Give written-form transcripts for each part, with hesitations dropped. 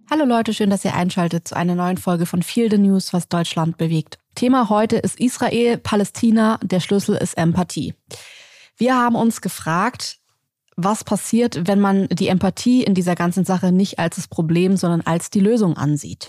Hallo Leute, schön, dass ihr einschaltet zu einer neuen Folge von Feel the News, was Deutschland bewegt. Thema heute ist Israel, Palästina, der Schlüssel ist Empathie. Wir haben uns gefragt, was passiert, wenn man die Empathie in dieser ganzen Sache nicht als das Problem, sondern als die Lösung ansieht.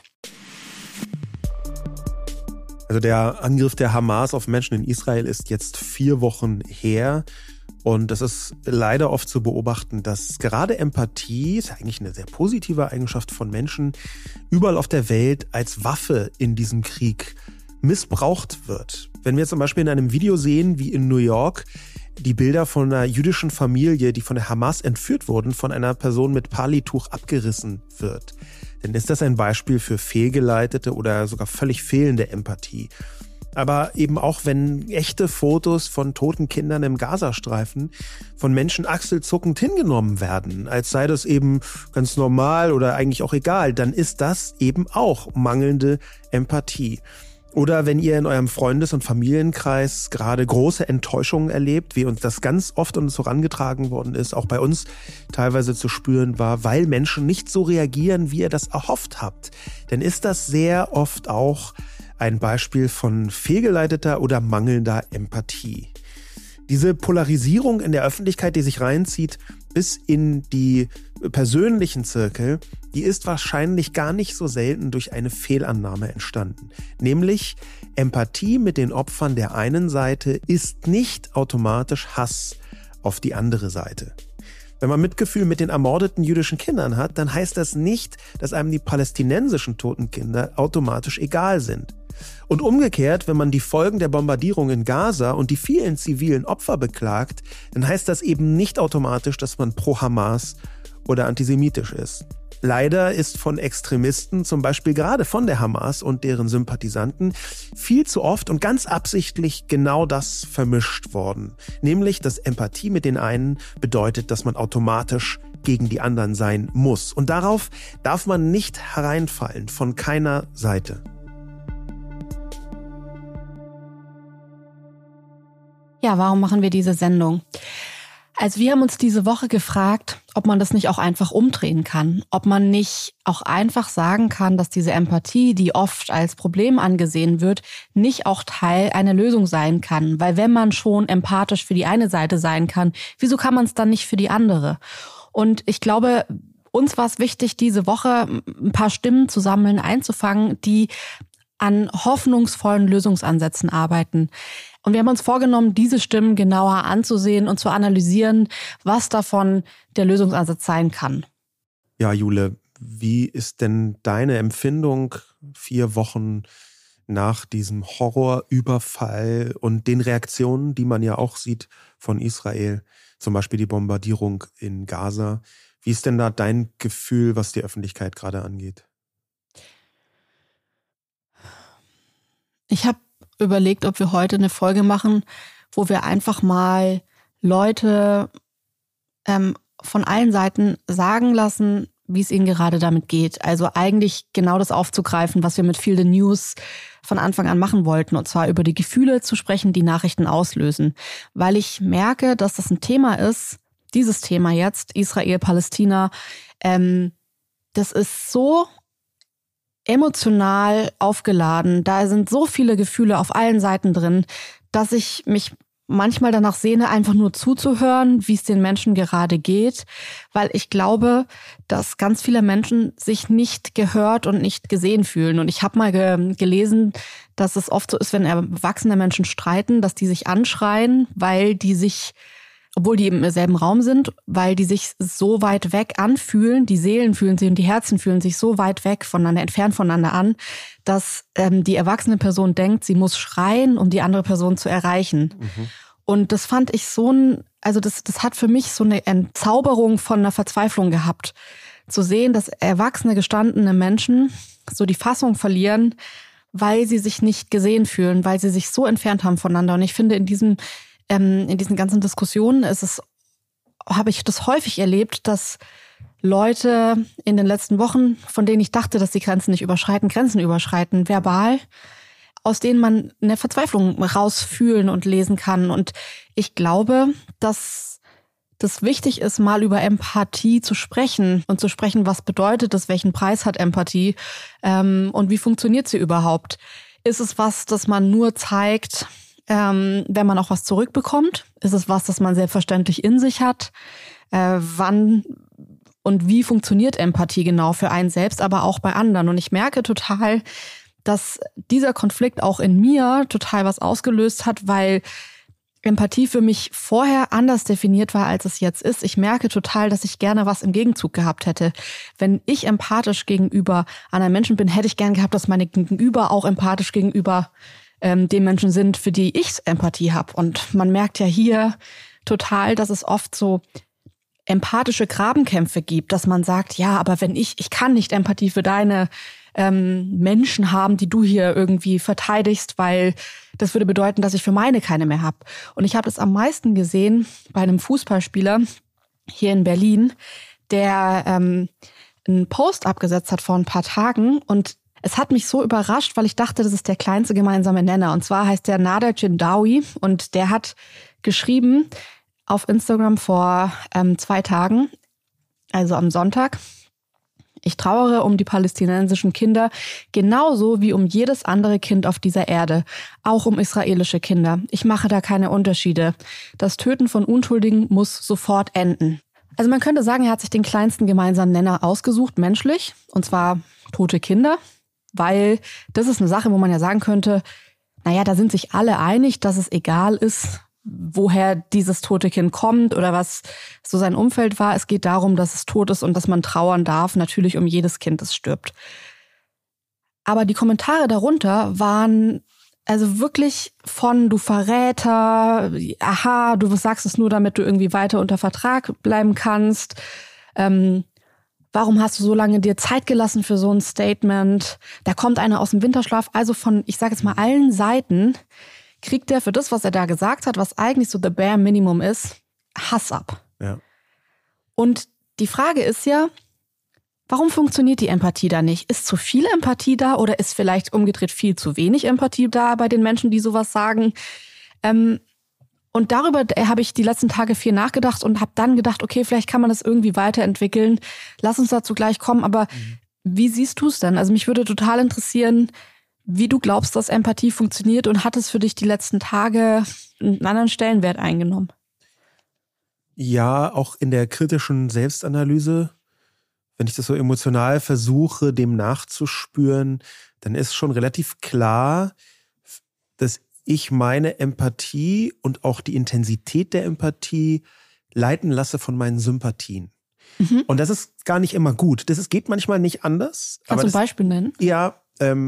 Also der Angriff der Hamas auf Menschen in Israel ist jetzt 4 Wochen her. Und das ist leider oft zu beobachten, dass gerade Empathie, ist eigentlich eine sehr positive Eigenschaft von Menschen, überall auf der Welt als Waffe in diesem Krieg missbraucht wird. Wenn wir zum Beispiel in einem Video sehen, wie in New York die Bilder von einer jüdischen Familie, die von der Hamas entführt wurden, von einer Person mit Palituch abgerissen wird, dann ist das ein Beispiel für fehlgeleitete oder sogar völlig fehlende Empathie. Aber eben auch, wenn echte Fotos von toten Kindern im Gazastreifen von Menschen achselzuckend hingenommen werden, als sei das eben ganz normal oder eigentlich auch egal, dann ist das eben auch mangelnde Empathie. Oder wenn ihr in eurem Freundes- und Familienkreis gerade große Enttäuschungen erlebt, wie uns das ganz oft uns vorangetragen worden ist, auch bei uns teilweise zu spüren war, weil Menschen nicht so reagieren, wie ihr das erhofft habt, dann ist das sehr oft auch ein Beispiel von fehlgeleiteter oder mangelnder Empathie. Diese Polarisierung in der Öffentlichkeit, die sich reinzieht bis in die persönlichen Zirkel, die ist wahrscheinlich gar nicht so selten durch eine Fehlannahme entstanden. Nämlich, Empathie mit den Opfern der einen Seite ist nicht automatisch Hass auf die andere Seite. Wenn man Mitgefühl mit den ermordeten jüdischen Kindern hat, dann heißt das nicht, dass einem die palästinensischen toten Kinder automatisch egal sind. Und umgekehrt, wenn man die Folgen der Bombardierung in Gaza und die vielen zivilen Opfer beklagt, dann heißt das eben nicht automatisch, dass man pro Hamas oder antisemitisch ist. Leider ist von Extremisten, zum Beispiel gerade von der Hamas und deren Sympathisanten, viel zu oft und ganz absichtlich genau das vermischt worden. Nämlich, dass Empathie mit den einen bedeutet, dass man automatisch gegen die anderen sein muss. Und darauf darf man nicht hereinfallen, von keiner Seite. Ja, warum machen wir diese Sendung? Also wir haben uns diese Woche gefragt, ob man das nicht auch einfach umdrehen kann. Ob man nicht auch einfach sagen kann, dass diese Empathie, die oft als Problem angesehen wird, nicht auch Teil einer Lösung sein kann. Weil wenn man schon empathisch für die eine Seite sein kann, wieso kann man es dann nicht für die andere? Und ich glaube, uns war es wichtig, diese Woche ein paar Stimmen zu sammeln, einzufangen, die an hoffnungsvollen Lösungsansätzen arbeiten. Und wir haben uns vorgenommen, diese Stimmen genauer anzusehen und zu analysieren, was davon der Lösungsansatz sein kann. Ja, Jule, wie ist denn deine Empfindung 4 Wochen nach diesem Horrorüberfall und den Reaktionen, die man ja auch sieht von Israel, zum Beispiel die Bombardierung in Gaza? Wie ist denn da dein Gefühl, was die Öffentlichkeit gerade angeht? Ich habe überlegt, ob wir heute eine Folge machen, wo wir einfach mal Leute von allen Seiten sagen lassen, wie es ihnen gerade damit geht. Also eigentlich genau das aufzugreifen, was wir mit Feel the News von Anfang an machen wollten. Und zwar über die Gefühle zu sprechen, die Nachrichten auslösen. Weil ich merke, dass das ein Thema ist, dieses Thema jetzt, Israel, Palästina, das ist so emotional aufgeladen. Da sind so viele Gefühle auf allen Seiten drin, dass ich mich manchmal danach sehne, einfach nur zuzuhören, wie es den Menschen gerade geht, weil ich glaube, dass ganz viele Menschen sich nicht gehört und nicht gesehen fühlen. Und ich habe mal gelesen, dass es oft so ist, wenn erwachsene Menschen streiten, dass die sich anschreien, weil die sich, obwohl die im selben Raum sind, weil die sich so weit weg anfühlen, die Seelen fühlen sich und die Herzen fühlen sich so weit weg voneinander, entfernt voneinander an, dass die erwachsene Person denkt, sie muss schreien, um die andere Person zu erreichen. Mhm. Und das fand ich das hat für mich so eine Entzauberung von einer Verzweiflung gehabt. Zu sehen, dass erwachsene, gestandene Menschen so die Fassung verlieren, weil sie sich nicht gesehen fühlen, weil sie sich so entfernt haben voneinander. Und ich finde, in diesen ganzen Diskussionen habe ich das häufig erlebt, dass Leute in den letzten Wochen, von denen ich dachte, dass sie Grenzen überschreiten, verbal, aus denen man eine Verzweiflung rausfühlen und lesen kann. Und ich glaube, dass das wichtig ist, mal über Empathie zu sprechen und zu sprechen, was bedeutet das, welchen Preis hat Empathie und wie funktioniert sie überhaupt? Ist es was, das man nur zeigt, wenn man auch was zurückbekommt? Ist es was, das man selbstverständlich in sich hat? Wann und wie funktioniert Empathie genau für einen selbst, aber auch bei anderen? Und ich merke total, dass dieser Konflikt auch in mir total was ausgelöst hat, weil Empathie für mich vorher anders definiert war, als es jetzt ist. Ich merke total, dass ich gerne was im Gegenzug gehabt hätte. Wenn ich empathisch gegenüber anderen Menschen bin, hätte ich gern gehabt, dass meine Gegenüber auch empathisch gegenüber den Menschen sind, für die ich Empathie habe. Und man merkt ja hier total, dass es oft so empathische Grabenkämpfe gibt, dass man sagt, ja, aber wenn ich kann nicht Empathie für deine Menschen haben, die du hier irgendwie verteidigst, weil das würde bedeuten, dass ich für meine keine mehr habe. Und ich habe das am meisten gesehen bei einem Fußballspieler hier in Berlin, der einen Post abgesetzt hat vor ein paar Tagen und es hat mich so überrascht, weil ich dachte, das ist der kleinste gemeinsame Nenner. Und zwar heißt der Nader Jindawi und der hat geschrieben auf Instagram vor 2 Tagen, also am Sonntag: Ich trauere um die palästinensischen Kinder, genauso wie um jedes andere Kind auf dieser Erde, auch um israelische Kinder. Ich mache da keine Unterschiede. Das Töten von Unschuldigen muss sofort enden. Also man könnte sagen, er hat sich den kleinsten gemeinsamen Nenner ausgesucht, menschlich, und zwar tote Kinder, weil das ist eine Sache, wo man ja sagen könnte, naja, da sind sich alle einig, dass es egal ist, woher dieses tote Kind kommt oder was so sein Umfeld war. Es geht darum, dass es tot ist und dass man trauern darf, natürlich um jedes Kind, das stirbt. Aber die Kommentare darunter waren also wirklich von du Verräter, aha, du sagst es nur, damit du irgendwie weiter unter Vertrag bleiben kannst. Warum hast du so lange dir Zeit gelassen für so ein Statement? Da kommt einer aus dem Winterschlaf. Also von, ich sage jetzt mal, allen Seiten kriegt er für das, was er da gesagt hat, was eigentlich so the bare minimum ist, Hass ab. Ja. Und die Frage ist ja, warum funktioniert die Empathie da nicht? Ist zu viel Empathie da oder ist vielleicht umgedreht viel zu wenig Empathie da bei den Menschen, die sowas sagen? Und darüber habe ich die letzten Tage viel nachgedacht und habe dann gedacht, okay, vielleicht kann man das irgendwie weiterentwickeln. Lass uns dazu gleich kommen. Aber wie siehst du es denn? Also mich würde total interessieren, wie du glaubst, dass Empathie funktioniert und hat es für dich die letzten Tage einen anderen Stellenwert eingenommen? Ja, auch in der kritischen Selbstanalyse, wenn ich das so emotional versuche, dem nachzuspüren, dann ist schon relativ klar, dass ich meine Empathie und auch die Intensität der Empathie leiten lasse von meinen Sympathien. Mhm. Und das ist gar nicht immer gut. Geht manchmal nicht anders. Kannst du ein Beispiel nennen? Ja,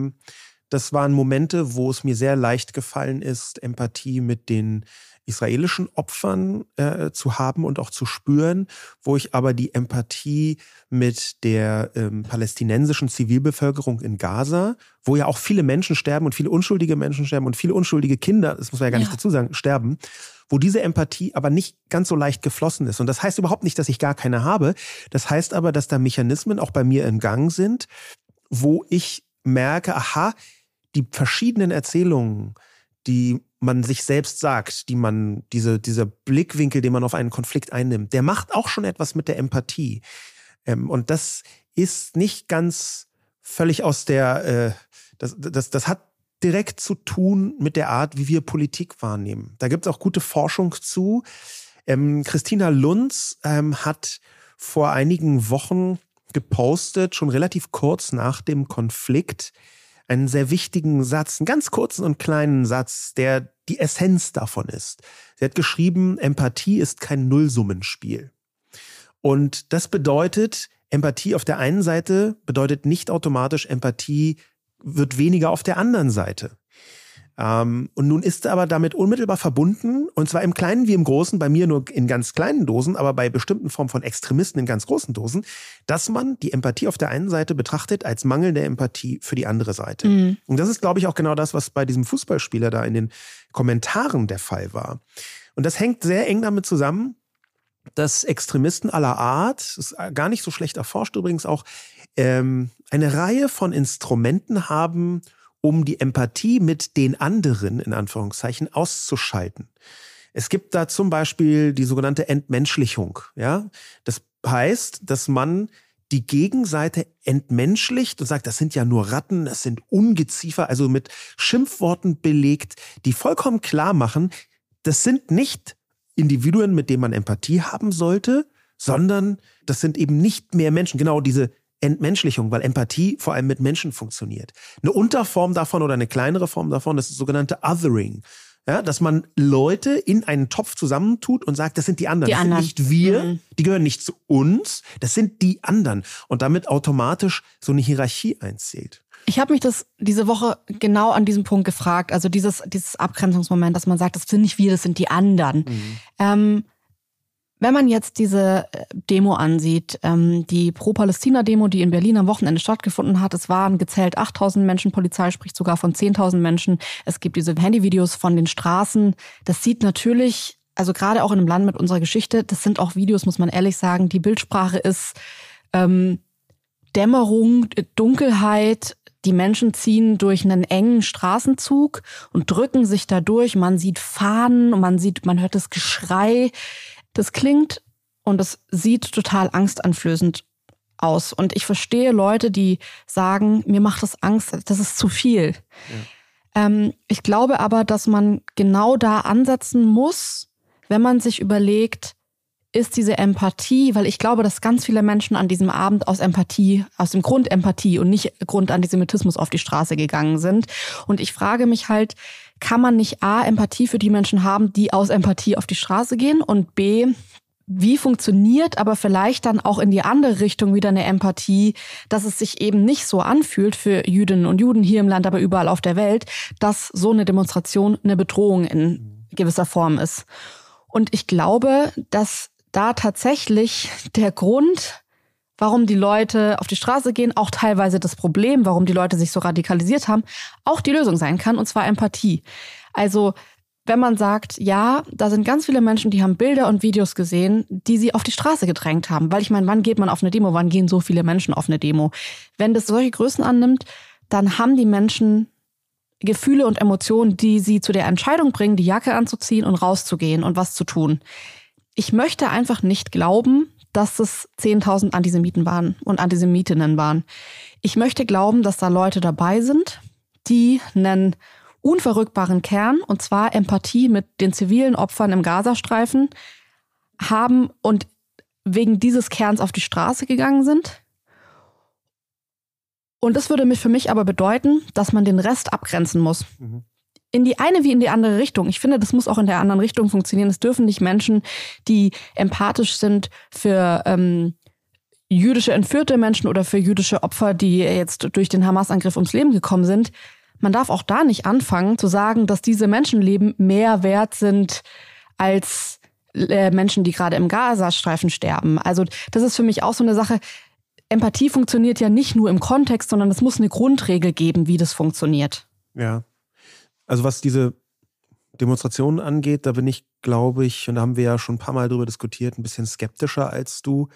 das waren Momente, wo es mir sehr leicht gefallen ist, Empathie mit den israelischen Opfern zu haben und auch zu spüren, wo ich aber die Empathie mit der palästinensischen Zivilbevölkerung in Gaza, wo ja auch viele Menschen sterben und viele unschuldige Menschen sterben und viele unschuldige Kinder, das muss man ja gar nicht dazu sagen, sterben, wo diese Empathie aber nicht ganz so leicht geflossen ist. Und das heißt überhaupt nicht, dass ich gar keine habe. Das heißt aber, dass da Mechanismen auch bei mir in Gang sind, wo ich merke, aha, die verschiedenen Erzählungen, die man sich selbst sagt, dieser Blickwinkel, den man auf einen Konflikt einnimmt, der macht auch schon etwas mit der Empathie. Und das ist nicht ganz völlig aus der, das hat direkt zu tun mit der Art, wie wir Politik wahrnehmen. Da gibt es auch gute Forschung zu. Christina Lunz hat vor einigen Wochen gepostet, schon relativ kurz nach dem Konflikt, einen sehr wichtigen Satz, einen ganz kurzen und kleinen Satz, der die Essenz davon ist. Sie hat geschrieben, Empathie ist kein Nullsummenspiel. Und das bedeutet, Empathie auf der einen Seite bedeutet nicht automatisch, Empathie wird weniger auf der anderen Seite. Und nun ist aber damit unmittelbar verbunden, und zwar im Kleinen wie im Großen, bei mir nur in ganz kleinen Dosen, aber bei bestimmten Formen von Extremisten in ganz großen Dosen, dass man die Empathie auf der einen Seite betrachtet als mangelnde Empathie für die andere Seite. Mhm. Und das ist, glaube ich, auch genau das, was bei diesem Fußballspieler da in den Kommentaren der Fall war. Und das hängt sehr eng damit zusammen, dass Extremisten aller Art, das ist gar nicht so schlecht erforscht übrigens auch, eine Reihe von Instrumenten haben, um die Empathie mit den anderen, in Anführungszeichen, auszuschalten. Es gibt da zum Beispiel die sogenannte Entmenschlichung. Ja? Das heißt, dass man die Gegenseite entmenschlicht und sagt, das sind ja nur Ratten, das sind Ungeziefer, also mit Schimpfworten belegt, die vollkommen klar machen, das sind nicht Individuen, mit denen man Empathie haben sollte, sondern das sind eben nicht mehr Menschen. Genau diese Entmenschlichung, weil Empathie vor allem mit Menschen funktioniert. Eine Unterform davon oder eine kleinere Form davon, das ist das sogenannte Othering. Ja, dass man Leute in einen Topf zusammentut und sagt, das sind die anderen. Das sind nicht wir, die gehören nicht zu uns, das sind die anderen. Und damit automatisch so eine Hierarchie einzählt. Ich habe mich das diese Woche genau an diesem Punkt gefragt. Also dieses Abgrenzungsmoment, dass man sagt, das sind nicht wir, das sind die anderen. Wenn man jetzt diese Demo ansieht, die Pro-Palästina-Demo, die in Berlin am Wochenende stattgefunden hat, es waren gezählt 8.000 Menschen, Polizei spricht sogar von 10.000 Menschen. Es gibt diese Handyvideos von den Straßen. Das sieht natürlich, also gerade auch in einem Land mit unserer Geschichte, das sind auch Videos, muss man ehrlich sagen, die Bildsprache ist Dämmerung, Dunkelheit. Die Menschen ziehen durch einen engen Straßenzug und drücken sich da durch. Man sieht Fahnen und man hört das Geschrei. Das klingt und das sieht total angsteinflößend aus. Und ich verstehe Leute, die sagen, mir macht das Angst, das ist zu viel. Ja. Ich glaube aber, dass man genau da ansetzen muss, wenn man sich überlegt, ist diese Empathie, weil ich glaube, dass ganz viele Menschen an diesem Abend aus dem Grund Empathie und nicht Grund Antisemitismus auf die Straße gegangen sind. Und ich frage mich halt, kann man nicht A, Empathie für die Menschen haben, die aus Empathie auf die Straße gehen und B, wie funktioniert aber vielleicht dann auch in die andere Richtung wieder eine Empathie, dass es sich eben nicht so anfühlt für Jüdinnen und Juden hier im Land, aber überall auf der Welt, dass so eine Demonstration eine Bedrohung in gewisser Form ist. Und ich glaube, dass da tatsächlich der Grund, warum die Leute auf die Straße gehen, auch teilweise das Problem, warum die Leute sich so radikalisiert haben, auch die Lösung sein kann, und zwar Empathie. Also wenn man sagt, ja, da sind ganz viele Menschen, die haben Bilder und Videos gesehen, die sie auf die Straße gedrängt haben. Weil ich meine, wann geht man auf eine Demo? Wann gehen so viele Menschen auf eine Demo? Wenn das solche Größen annimmt, dann haben die Menschen Gefühle und Emotionen, die sie zu der Entscheidung bringen, die Jacke anzuziehen und rauszugehen und was zu tun. Ich möchte einfach nicht glauben, dass es 10.000 Antisemiten waren und Antisemitinnen waren. Ich möchte glauben, dass da Leute dabei sind, die einen unverrückbaren Kern, und zwar Empathie mit den zivilen Opfern im Gazastreifen, haben und wegen dieses Kerns auf die Straße gegangen sind. Und das würde für mich aber bedeuten, dass man den Rest abgrenzen muss. In die eine wie in die andere Richtung. Ich finde, das muss auch in der anderen Richtung funktionieren. Es dürfen nicht Menschen, die empathisch sind für jüdische entführte Menschen oder für jüdische Opfer, die jetzt durch den Hamas-Angriff ums Leben gekommen sind. Man darf auch da nicht anfangen zu sagen, dass diese Menschenleben mehr wert sind als Menschen, die gerade im Gazastreifen sterben. Also das ist für mich auch so eine Sache. Empathie funktioniert ja nicht nur im Kontext, sondern es muss eine Grundregel geben, wie das funktioniert. Ja. Also was diese Demonstrationen angeht, da bin ich, glaube ich, und da haben wir ja schon ein paar Mal drüber diskutiert, ein bisschen skeptischer als du.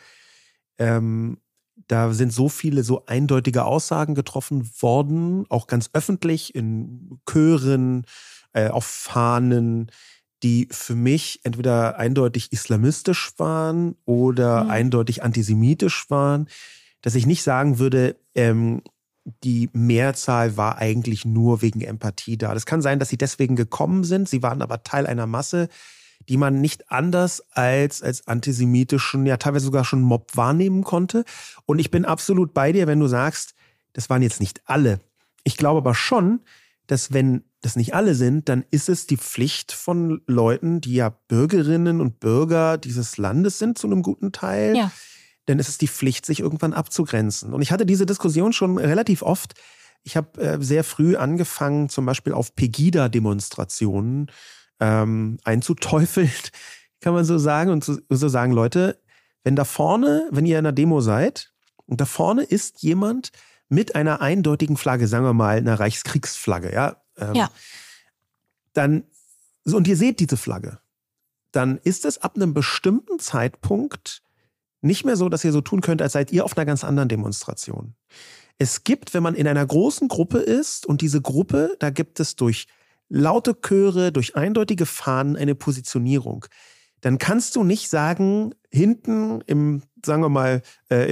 Da sind so viele so eindeutige Aussagen getroffen worden, auch ganz öffentlich in Chören, auf Fahnen, die für mich entweder eindeutig islamistisch waren oder eindeutig antisemitisch waren, dass ich nicht sagen würde, die Mehrzahl war eigentlich nur wegen Empathie da. Das kann sein, dass sie deswegen gekommen sind. Sie waren aber Teil einer Masse, die man nicht anders als antisemitischen, ja teilweise sogar schon Mob wahrnehmen konnte. Und ich bin absolut bei dir, wenn du sagst, das waren jetzt nicht alle. Ich glaube aber schon, dass wenn das nicht alle sind, dann ist es die Pflicht von Leuten, die ja Bürgerinnen und Bürger dieses Landes sind zu einem guten Teil, ja. Dann ist es die Pflicht, sich irgendwann abzugrenzen. Und ich hatte diese Diskussion schon relativ oft. Ich habe sehr früh angefangen, zum Beispiel auf Pegida-Demonstrationen einzuteufeln, kann man so sagen. Und so sagen, Leute, wenn ihr in einer Demo seid und da vorne ist jemand mit einer eindeutigen Flagge, sagen wir mal einer Reichskriegsflagge, ja. Dann, und ihr seht diese Flagge, dann ist es ab einem bestimmten Zeitpunkt nicht mehr so, dass ihr so tun könnt, als seid ihr auf einer ganz anderen Demonstration. Es gibt, wenn man in einer großen Gruppe ist und diese Gruppe, da gibt es durch laute Chöre, durch eindeutige Fahnen eine Positionierung, dann kannst du nicht sagen, hinten sagen wir mal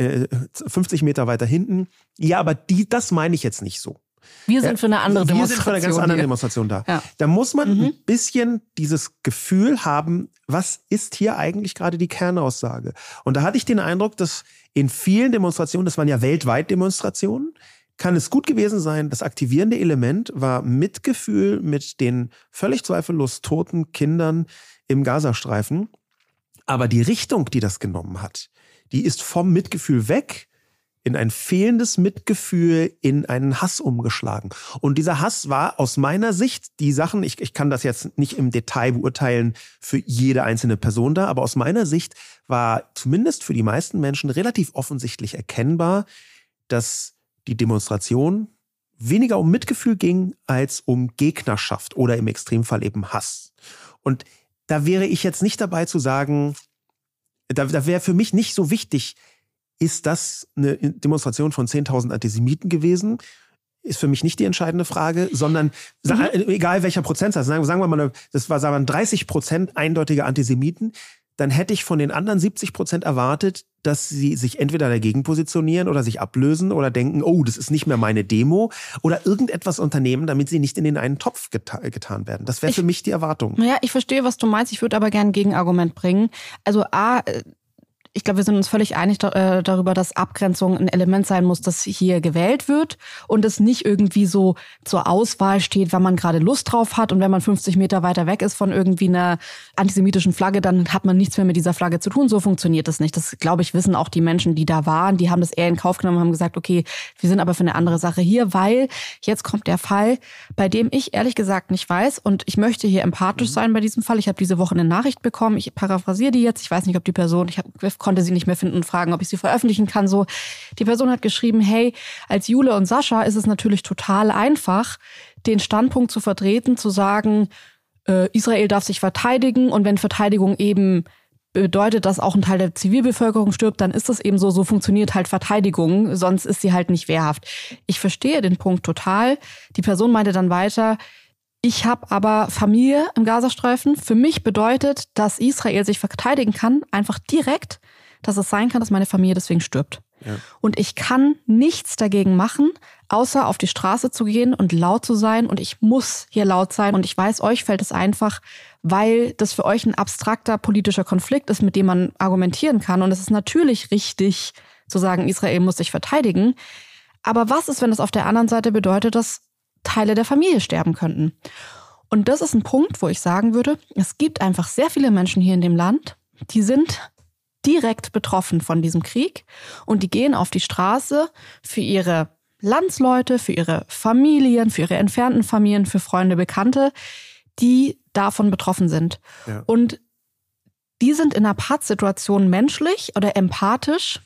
50 Meter weiter hinten, ja, aber das meine ich jetzt nicht so. Wir sind für eine andere Demonstration. Wir sind für eine ganz andere Demonstration da. Ja. Da muss man ein bisschen dieses Gefühl haben, was ist hier eigentlich gerade die Kernaussage? Und da hatte ich den Eindruck, dass in vielen Demonstrationen, das waren ja weltweit Demonstrationen, kann es gut gewesen sein, das aktivierende Element war Mitgefühl mit den völlig zweifellos toten Kindern im Gazastreifen. Aber die Richtung, die das genommen hat, die ist vom Mitgefühl weg in ein fehlendes Mitgefühl, in einen Hass umgeschlagen. Und dieser Hass war aus meiner Sicht, die Sachen, ich kann das jetzt nicht im Detail beurteilen für jede einzelne Person da, aber aus meiner Sicht war zumindest für die meisten Menschen relativ offensichtlich erkennbar, dass die Demonstration weniger um Mitgefühl ging, als um Gegnerschaft oder im Extremfall eben Hass. Und da wäre ich jetzt nicht dabei zu sagen, da wäre für mich nicht so wichtig, ist das eine Demonstration von 10.000 Antisemiten gewesen? Ist für mich nicht die entscheidende Frage, sondern egal welcher Prozentsatz, sagen wir mal, das waren 30% eindeutige Antisemiten, dann hätte ich von den anderen 70% erwartet, dass sie sich entweder dagegen positionieren oder sich ablösen oder denken, oh, das ist nicht mehr meine Demo oder irgendetwas unternehmen, damit sie nicht in den einen Topf getan werden. Das wäre für mich die Erwartung. Ja, ich verstehe, was du meinst. Ich würde aber gerne ein Gegenargument bringen. Also ich glaube, wir sind uns völlig einig darüber, dass Abgrenzung ein Element sein muss, das hier gewählt wird und es nicht irgendwie so zur Auswahl steht, wenn man gerade Lust drauf hat und wenn man 50 Meter weiter weg ist von irgendwie einer antisemitischen Flagge, dann hat man nichts mehr mit dieser Flagge zu tun. So funktioniert das nicht. Das, glaube ich, wissen auch die Menschen, die da waren. Die haben das eher in Kauf genommen und haben gesagt, okay, wir sind aber für eine andere Sache hier, weil jetzt kommt der Fall, bei dem ich ehrlich gesagt nicht weiß und ich möchte hier empathisch sein bei diesem Fall. Ich habe diese Woche eine Nachricht bekommen. Ich paraphrasiere die jetzt. Ich weiß nicht, ob die Person, konnte sie nicht mehr finden und fragen, ob ich sie veröffentlichen kann. So, die Person hat geschrieben, hey, als Jule und Sascha ist es natürlich total einfach, den Standpunkt zu vertreten, zu sagen, Israel darf sich verteidigen und wenn Verteidigung eben bedeutet, dass auch ein Teil der Zivilbevölkerung stirbt, dann ist das eben so funktioniert halt Verteidigung, sonst ist sie halt nicht wehrhaft. Ich verstehe den Punkt total. Die Person meinte dann weiter, ich habe aber Familie im Gazastreifen. Für mich bedeutet, dass Israel sich verteidigen kann, einfach direkt, dass es sein kann, dass meine Familie deswegen stirbt. Ja. Und ich kann nichts dagegen machen, außer auf die Straße zu gehen und laut zu sein. Und ich muss hier laut sein. Und ich weiß, euch fällt es einfach, weil das für euch ein abstrakter politischer Konflikt ist, mit dem man argumentieren kann. Und es ist natürlich richtig zu sagen, Israel muss sich verteidigen. Aber was ist, wenn es auf der anderen Seite bedeutet, dass Teile der Familie sterben könnten? Und das ist ein Punkt, wo ich sagen würde, es gibt einfach sehr viele Menschen hier in dem Land, die sind direkt betroffen von diesem Krieg und die gehen auf die Straße für ihre Landsleute, für ihre Familien, für ihre entfernten Familien, für Freunde, Bekannte, die davon betroffen sind. Ja. Und die sind in einer Pattsituation menschlich oder empathisch,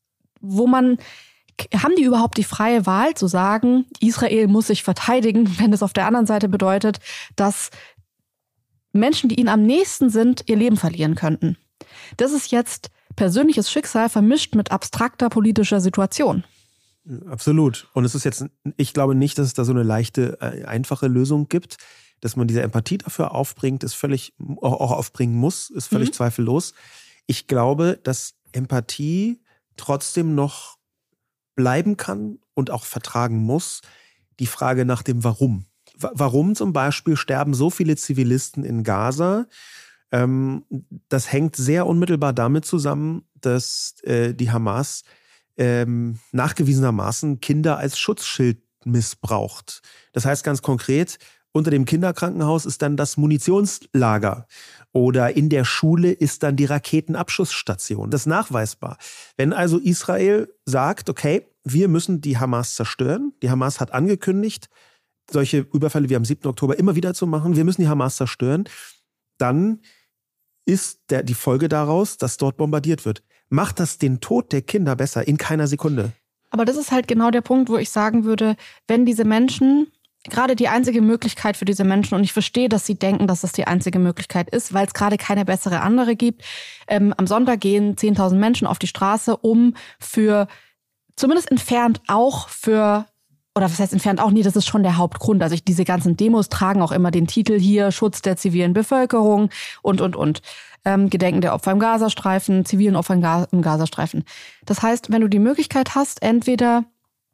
haben die überhaupt die freie Wahl zu sagen, Israel muss sich verteidigen, wenn es auf der anderen Seite bedeutet, dass Menschen, die ihnen am nächsten sind, ihr Leben verlieren könnten. Das ist jetzt persönliches Schicksal vermischt mit abstrakter politischer Situation. Absolut. Und es ist jetzt, ich glaube nicht, dass es da so eine leichte, einfache Lösung gibt, dass man diese Empathie dafür aufbringt, auch aufbringen muss, ist völlig zweifellos. Ich glaube, dass Empathie trotzdem noch bleiben kann und auch vertragen muss, die Frage nach dem Warum. Warum zum Beispiel sterben so viele Zivilisten in Gaza? Das hängt sehr unmittelbar damit zusammen, dass die Hamas nachgewiesenermaßen Kinder als Schutzschild missbraucht. Das heißt ganz konkret, unter dem Kinderkrankenhaus ist dann das Munitionslager oder in der Schule ist dann die Raketenabschussstation. Das ist nachweisbar. Wenn also Israel sagt, okay, wir müssen die Hamas zerstören, die Hamas hat angekündigt, solche Überfälle wie am 7. Oktober immer wieder zu machen, wir müssen die Hamas zerstören, dann ist die Folge daraus, dass dort bombardiert wird. Macht das den Tod der Kinder besser? In keiner Sekunde. Aber das ist halt genau der Punkt, wo ich sagen würde, wenn diese Menschen, gerade die einzige Möglichkeit für diese Menschen, und ich verstehe, dass sie denken, dass das die einzige Möglichkeit ist, weil es gerade keine bessere andere gibt. Am Sonntag gehen 10.000 Menschen auf die Straße, um zumindest entfernt auch für oder was heißt entfernt auch nie, das ist schon der Hauptgrund. Also diese ganzen Demos tragen auch immer den Titel hier, Schutz der zivilen Bevölkerung und. Gedenken der Opfer im Gazastreifen, zivilen Opfer im Gazastreifen. Das heißt, wenn du die Möglichkeit hast, entweder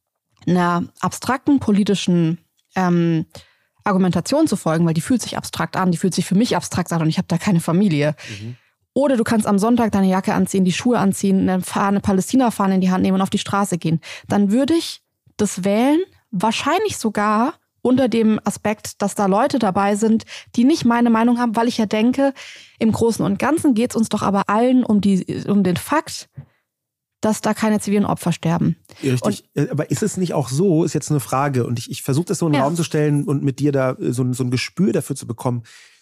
einer abstrakten politischen Argumentation zu folgen, weil die fühlt sich abstrakt an, die fühlt sich für mich abstrakt an und ich habe da keine Familie. Oder du kannst am Sonntag deine Jacke anziehen, die Schuhe anziehen, eine Palästina-Fahne in die Hand nehmen und auf die Straße gehen. Dann würde ich das wählen, wahrscheinlich sogar unter dem Aspekt, dass da Leute dabei sind, die nicht meine Meinung haben, weil ich ja denke, im Großen und Ganzen geht es uns doch aber allen um den Fakt, dass da keine zivilen Opfer sterben. Richtig. Aber ist es nicht auch so, ist jetzt eine Frage, und ich versuche das so in den Raum zu stellen und mit dir da so ein Gespür dafür zu bekommen,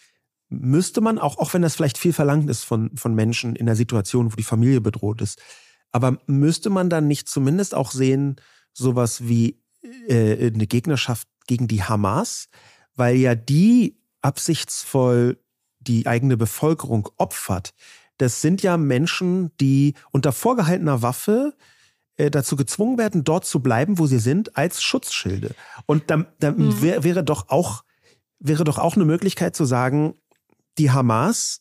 müsste man, auch wenn das vielleicht viel verlangt ist von Menschen in der Situation, wo die Familie bedroht ist, aber müsste man dann nicht zumindest auch sehen, sowas wie eine Gegnerschaft gegen die Hamas, weil ja die absichtsvoll die eigene Bevölkerung opfert. Das sind ja Menschen, die unter vorgehaltener Waffe dazu gezwungen werden, dort zu bleiben, wo sie sind, als Schutzschilde. Und dann wäre doch auch eine Möglichkeit zu sagen, die Hamas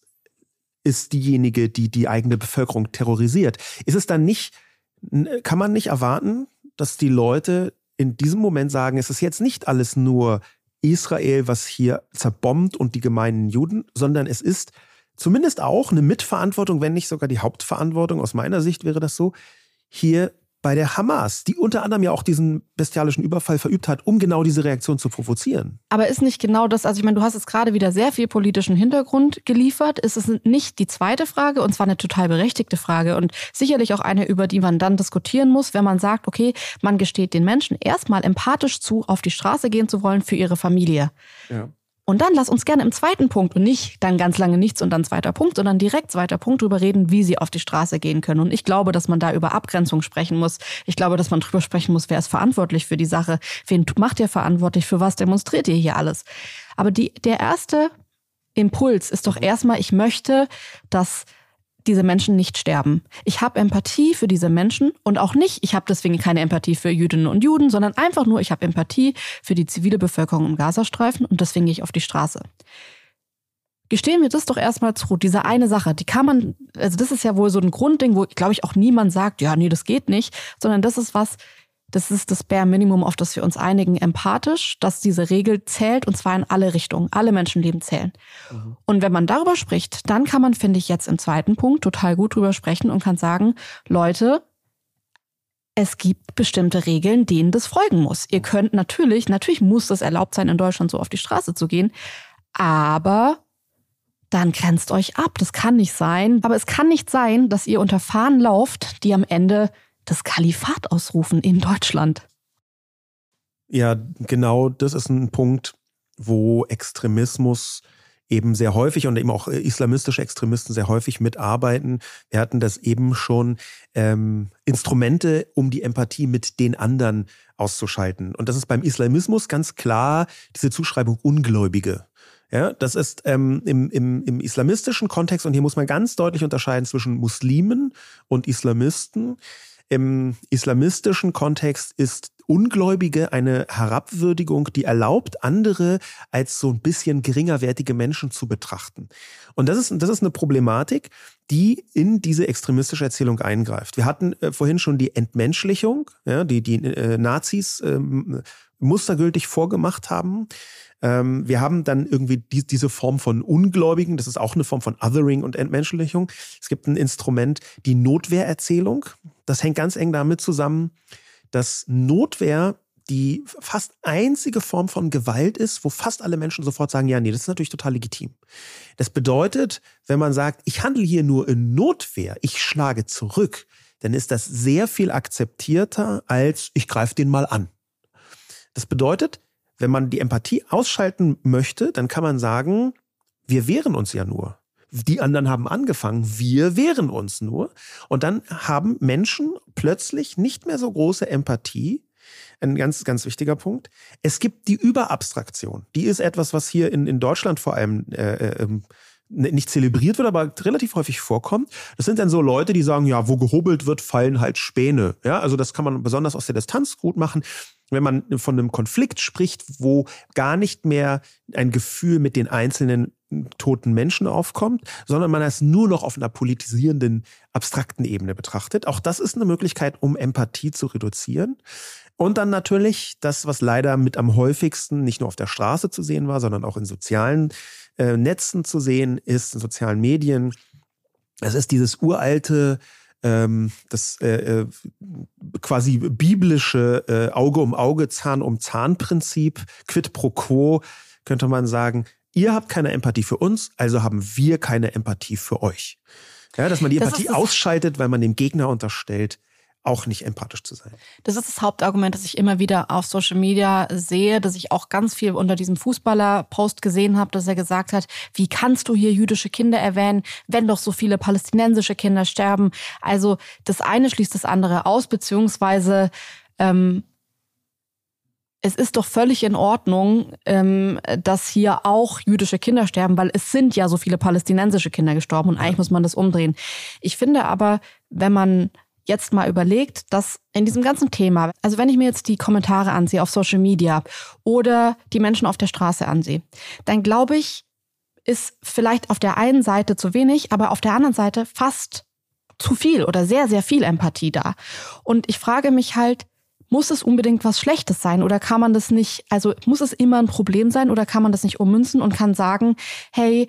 ist diejenige, die die eigene Bevölkerung terrorisiert. Ist es dann nicht, kann man nicht erwarten, dass die Leute in diesem Moment sagen, es ist jetzt nicht alles nur Israel, was hier zerbombt und die gemeinen Juden, sondern es ist zumindest auch eine Mitverantwortung, wenn nicht sogar die Hauptverantwortung, aus meiner Sicht wäre das so, hier bei der Hamas, die unter anderem ja auch diesen bestialischen Überfall verübt hat, um genau diese Reaktion zu provozieren. Aber ist nicht genau das, also ich meine, du hast jetzt gerade wieder sehr viel politischen Hintergrund geliefert. Ist es nicht die zweite Frage, und zwar eine total berechtigte Frage und sicherlich auch eine, über die man dann diskutieren muss, wenn man sagt, okay, man gesteht den Menschen erstmal empathisch zu, auf die Straße gehen zu wollen für ihre Familie. Ja. Und dann lass uns gerne im zweiten Punkt und nicht dann ganz lange nichts und dann zweiter Punkt, sondern direkt zweiter Punkt drüber reden, wie sie auf die Straße gehen können. Und ich glaube, dass man da über Abgrenzung sprechen muss. Ich glaube, dass man drüber sprechen muss, wer ist verantwortlich für die Sache, wen macht ihr verantwortlich, für was demonstriert ihr hier alles. Aber der erste Impuls ist doch erstmal, ich möchte, dass diese Menschen nicht sterben. Ich habe Empathie für diese Menschen und auch nicht, ich habe deswegen keine Empathie für Jüdinnen und Juden, sondern einfach nur, ich habe Empathie für die zivile Bevölkerung im Gazastreifen und deswegen gehe ich auf die Straße. Gestehen wir das doch erstmal zu, diese eine Sache, die kann man, also das ist ja wohl so ein Grundding, wo, glaube ich, auch niemand sagt, ja, nee, das geht nicht, sondern das ist das Bare Minimum, auf das wir uns einigen, empathisch, dass diese Regel zählt und zwar in alle Richtungen. Alle Menschenleben zählen. Mhm. Und wenn man darüber spricht, dann kann man, finde ich, jetzt im zweiten Punkt total gut drüber sprechen und kann sagen, Leute, es gibt bestimmte Regeln, denen das folgen muss. Ihr könnt natürlich muss das erlaubt sein, in Deutschland so auf die Straße zu gehen, aber dann grenzt euch ab. Das kann nicht sein. Aber es kann nicht sein, dass ihr unter Fahnen lauft, die am Ende das Kalifat ausrufen in Deutschland. Ja, genau, das ist ein Punkt, wo Extremismus eben sehr häufig und eben auch islamistische Extremisten sehr häufig mitarbeiten. Wir hatten das eben schon, Instrumente, um die Empathie mit den anderen auszuschalten. Und das ist beim Islamismus ganz klar diese Zuschreibung Ungläubige. Ja, das ist im islamistischen Kontext, und hier muss man ganz deutlich unterscheiden zwischen Muslimen und Islamisten. Im islamistischen Kontext ist Ungläubige eine Herabwürdigung, die erlaubt, andere als so ein bisschen geringerwertige Menschen zu betrachten. Und das ist eine Problematik, die in diese extremistische Erzählung eingreift. Wir hatten vorhin schon die Entmenschlichung, ja, die Nazis mustergültig vorgemacht haben. Wir haben dann irgendwie diese Form von Ungläubigen, das ist auch eine Form von Othering und Entmenschlichung. Es gibt ein Instrument, die Notwehrerzählung. Das hängt ganz eng damit zusammen, dass Notwehr die fast einzige Form von Gewalt ist, wo fast alle Menschen sofort sagen, ja, nee, das ist natürlich total legitim. Das bedeutet, wenn man sagt, ich handle hier nur in Notwehr, ich schlage zurück, dann ist das sehr viel akzeptierter als ich greife den mal an. Das bedeutet, wenn man die Empathie ausschalten möchte, dann kann man sagen, wir wehren uns ja nur. Die anderen haben angefangen, wir wehren uns nur. Und dann haben Menschen plötzlich nicht mehr so große Empathie. Ein ganz, ganz wichtiger Punkt. Es gibt die Überabstraktion. Die ist etwas, was hier in Deutschland vor allem nicht zelebriert wird, aber relativ häufig vorkommt. Das sind dann so Leute, die sagen, ja, wo gehobelt wird, fallen halt Späne. Ja, also das kann man besonders aus der Distanz gut machen. wenn man von einem Konflikt spricht, wo gar nicht mehr ein Gefühl mit den einzelnen toten Menschen aufkommt, sondern man es nur noch auf einer politisierenden, abstrakten Ebene betrachtet. Auch das ist eine Möglichkeit, um Empathie zu reduzieren. Und dann natürlich das, was leider mit am häufigsten nicht nur auf der Straße zu sehen war, sondern auch in sozialen Netzen zu sehen ist, in sozialen Medien. Es ist dieses uralte, quasi biblische Auge um Auge, Zahn um Zahn Prinzip, quid pro quo, könnte man sagen. Ihr habt keine Empathie für uns, also haben wir keine Empathie für euch. Ja, dass man die Empathie ausschaltet, weil man dem Gegner unterstellt, auch nicht empathisch zu sein. Das ist das Hauptargument, das ich immer wieder auf Social Media sehe, dass ich auch ganz viel unter diesem Fußballer-Post gesehen habe, dass er gesagt hat, wie kannst du hier jüdische Kinder erwähnen, wenn doch so viele palästinensische Kinder sterben. Also das eine schließt das andere aus, beziehungsweise es ist doch völlig in Ordnung, dass hier auch jüdische Kinder sterben, weil es sind ja so viele palästinensische Kinder gestorben und eigentlich muss man das umdrehen. Ich finde aber, wenn man jetzt mal überlegt, dass in diesem ganzen Thema, also wenn ich mir jetzt die Kommentare ansehe auf Social Media oder die Menschen auf der Straße ansehe, dann glaube ich, ist vielleicht auf der einen Seite zu wenig, aber auf der anderen Seite fast zu viel oder sehr, sehr viel Empathie da. Und ich frage mich halt, muss es unbedingt was Schlechtes sein oder kann man das nicht, also muss es immer ein Problem sein oder kann man das nicht ummünzen und kann sagen, hey,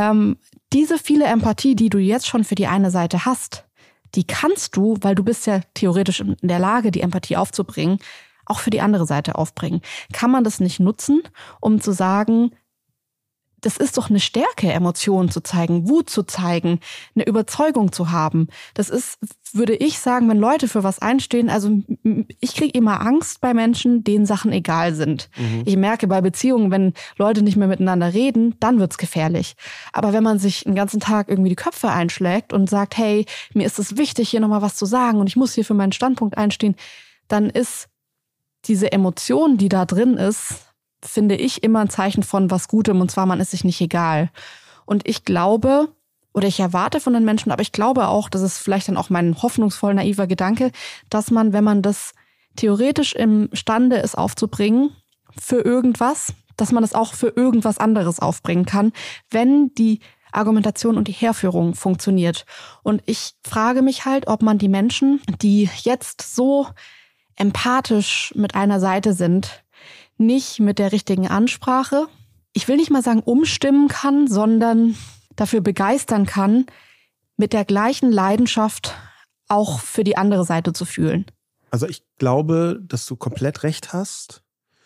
diese viele Empathie, die du jetzt schon für die eine Seite hast, die kannst du, weil du bist ja theoretisch in der Lage, die Empathie aufzubringen, auch für die andere Seite aufbringen. Kann man das nicht nutzen, um zu sagen, das ist doch eine Stärke, Emotionen zu zeigen, Wut zu zeigen, eine Überzeugung zu haben. Das ist, würde ich sagen, wenn Leute für was einstehen, also ich kriege immer Angst bei Menschen, denen Sachen egal sind. Ich merke bei Beziehungen, wenn Leute nicht mehr miteinander reden, dann wird's gefährlich. Aber wenn man sich den ganzen Tag irgendwie die Köpfe einschlägt und sagt, hey, mir ist es wichtig, hier nochmal was zu sagen und ich muss hier für meinen Standpunkt einstehen, dann ist diese Emotion, die da drin ist, finde ich immer ein Zeichen von was Gutem, und zwar, man ist sich nicht egal. Und ich glaube, oder ich erwarte von den Menschen, aber ich glaube auch, das ist vielleicht dann auch mein hoffnungsvoll naiver Gedanke, dass man, wenn man das theoretisch imstande ist aufzubringen für irgendwas, dass man es auch für irgendwas anderes aufbringen kann, wenn die Argumentation und die Herführung funktioniert. Und ich frage mich halt, ob man die Menschen, die jetzt so empathisch mit einer Seite sind, nicht mit der richtigen Ansprache, ich will nicht mal sagen umstimmen kann, sondern dafür begeistern kann, mit der gleichen Leidenschaft auch für die andere Seite zu fühlen. Also ich glaube, dass du komplett recht hast,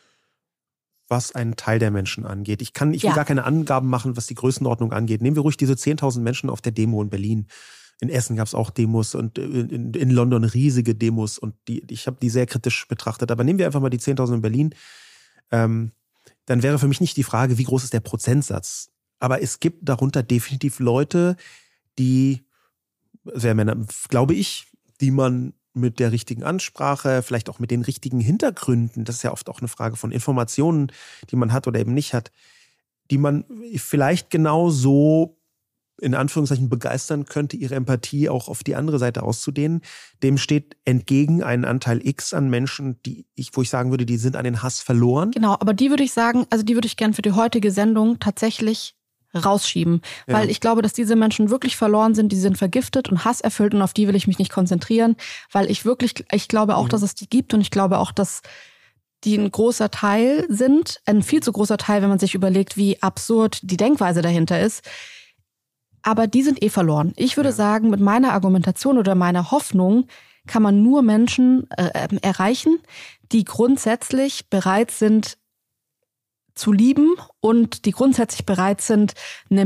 was einen Teil der Menschen angeht. Ich will gar keine Angaben machen, was die Größenordnung angeht. Nehmen wir ruhig diese 10.000 Menschen auf der Demo in Berlin. In Essen gab es auch Demos und in London riesige Demos und ich habe die sehr kritisch betrachtet. Aber nehmen wir einfach mal die 10.000 in Berlin. Dann wäre für mich nicht die Frage, wie groß ist der Prozentsatz. Aber es gibt darunter definitiv Leute, die, glaube ich, die man mit der richtigen Ansprache, vielleicht auch mit den richtigen Hintergründen, das ist ja oft auch eine Frage von Informationen, die man hat oder eben nicht hat, die man vielleicht genau so in Anführungszeichen begeistern könnte, ihre Empathie auch auf die andere Seite auszudehnen. Dem steht entgegen ein Anteil X an Menschen, wo ich sagen würde, die sind an den Hass verloren. Genau, aber die würde ich sagen, also die würde ich gern für die heutige Sendung tatsächlich rausschieben. Ja. Weil ich glaube, dass diese Menschen wirklich verloren sind, die sind vergiftet und hasserfüllt und auf die will ich mich nicht konzentrieren, weil ich glaube auch, dass es die gibt und ich glaube auch, dass die ein großer Teil sind, ein viel zu großer Teil, wenn man sich überlegt, wie absurd die Denkweise dahinter ist. Aber die sind verloren. Ich würde sagen, mit meiner Argumentation oder meiner Hoffnung kann man nur Menschen erreichen, die grundsätzlich bereit sind zu lieben und die grundsätzlich bereit sind, eine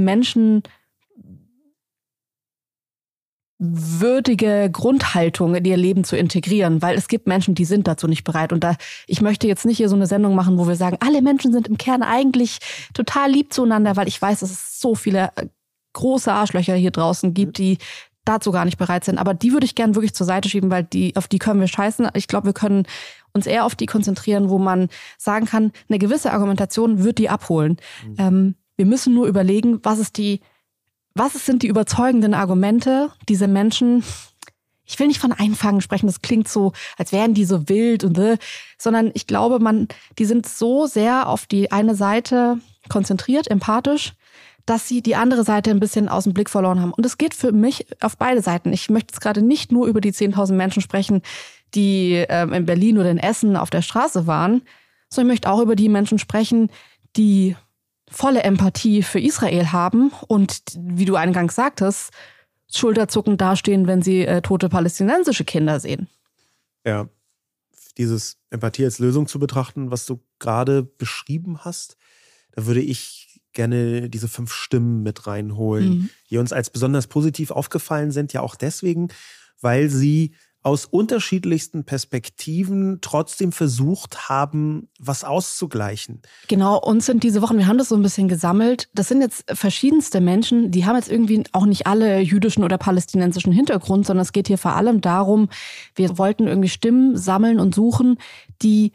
menschenwürdige Grundhaltung in ihr Leben zu integrieren, weil es gibt Menschen, die sind dazu nicht bereit. Und ich möchte jetzt nicht hier so eine Sendung machen, wo wir sagen, alle Menschen sind im Kern eigentlich total lieb zueinander, weil ich weiß, dass es so viele große Arschlöcher hier draußen gibt, die dazu gar nicht bereit sind. Aber die würde ich gerne wirklich zur Seite schieben, weil auf die können wir scheißen. Ich glaube, wir können uns eher auf die konzentrieren, wo man sagen kann, eine gewisse Argumentation wird die abholen. Wir müssen nur überlegen, was sind die überzeugenden Argumente, diese Menschen ich will nicht von Einfangen sprechen, das klingt so, als wären die so wild und sondern ich glaube, die sind so sehr auf die eine Seite konzentriert, empathisch, dass sie die andere Seite ein bisschen aus dem Blick verloren haben. Und es geht für mich auf beide Seiten. Ich möchte jetzt gerade nicht nur über die 10.000 Menschen sprechen, die in Berlin oder in Essen auf der Straße waren, sondern ich möchte auch über die Menschen sprechen, die volle Empathie für Israel haben und, wie du eingangs sagtest, schulterzuckend dastehen, wenn sie tote palästinensische Kinder sehen. Ja, dieses Empathie als Lösung zu betrachten, was du gerade beschrieben hast, da würde ich gerne diese 5 Stimmen mit reinholen, die uns als besonders positiv aufgefallen sind, ja auch deswegen, weil sie aus unterschiedlichsten Perspektiven trotzdem versucht haben, was auszugleichen. Genau, uns sind diese Wochen, wir haben das so ein bisschen gesammelt, das sind jetzt verschiedenste Menschen, die haben jetzt irgendwie auch nicht alle jüdischen oder palästinensischen Hintergrund, sondern es geht hier vor allem darum, wir wollten irgendwie Stimmen sammeln und suchen, die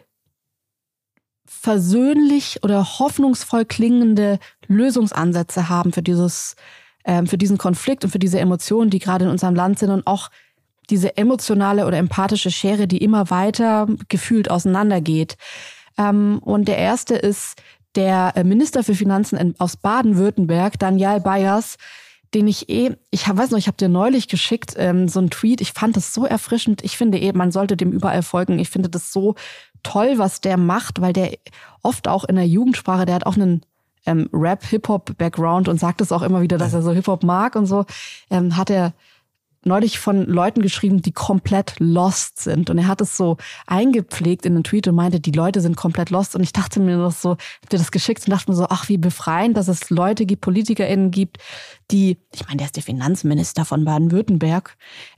versöhnlich oder hoffnungsvoll klingende Lösungsansätze haben für diesen Konflikt und für diese Emotionen, die gerade in unserem Land sind und auch diese emotionale oder empathische Schere, die immer weiter gefühlt auseinandergeht. Und der erste ist der Minister für Finanzen aus Baden-Württemberg, Daniel Bayers, den ich weiß noch, ich habe dir neulich geschickt, so einen Tweet. Ich fand das so erfrischend. Ich finde man sollte dem überall folgen. Ich finde das so toll, was der macht, weil der oft auch in der Jugendsprache, der hat auch einen Rap-Hip-Hop-Background und sagt es auch immer wieder, dass er so Hip-Hop mag und so, hat er neulich von Leuten geschrieben, die komplett lost sind. Und er hat es so eingepflegt in einen Tweet und meinte, die Leute sind komplett lost. Und ich dachte mir noch so, hab dir das geschickt und dachte mir so, ach, wie befreiend, dass es Leute gibt, PolitikerInnen gibt, der ist der Finanzminister von Baden-Württemberg,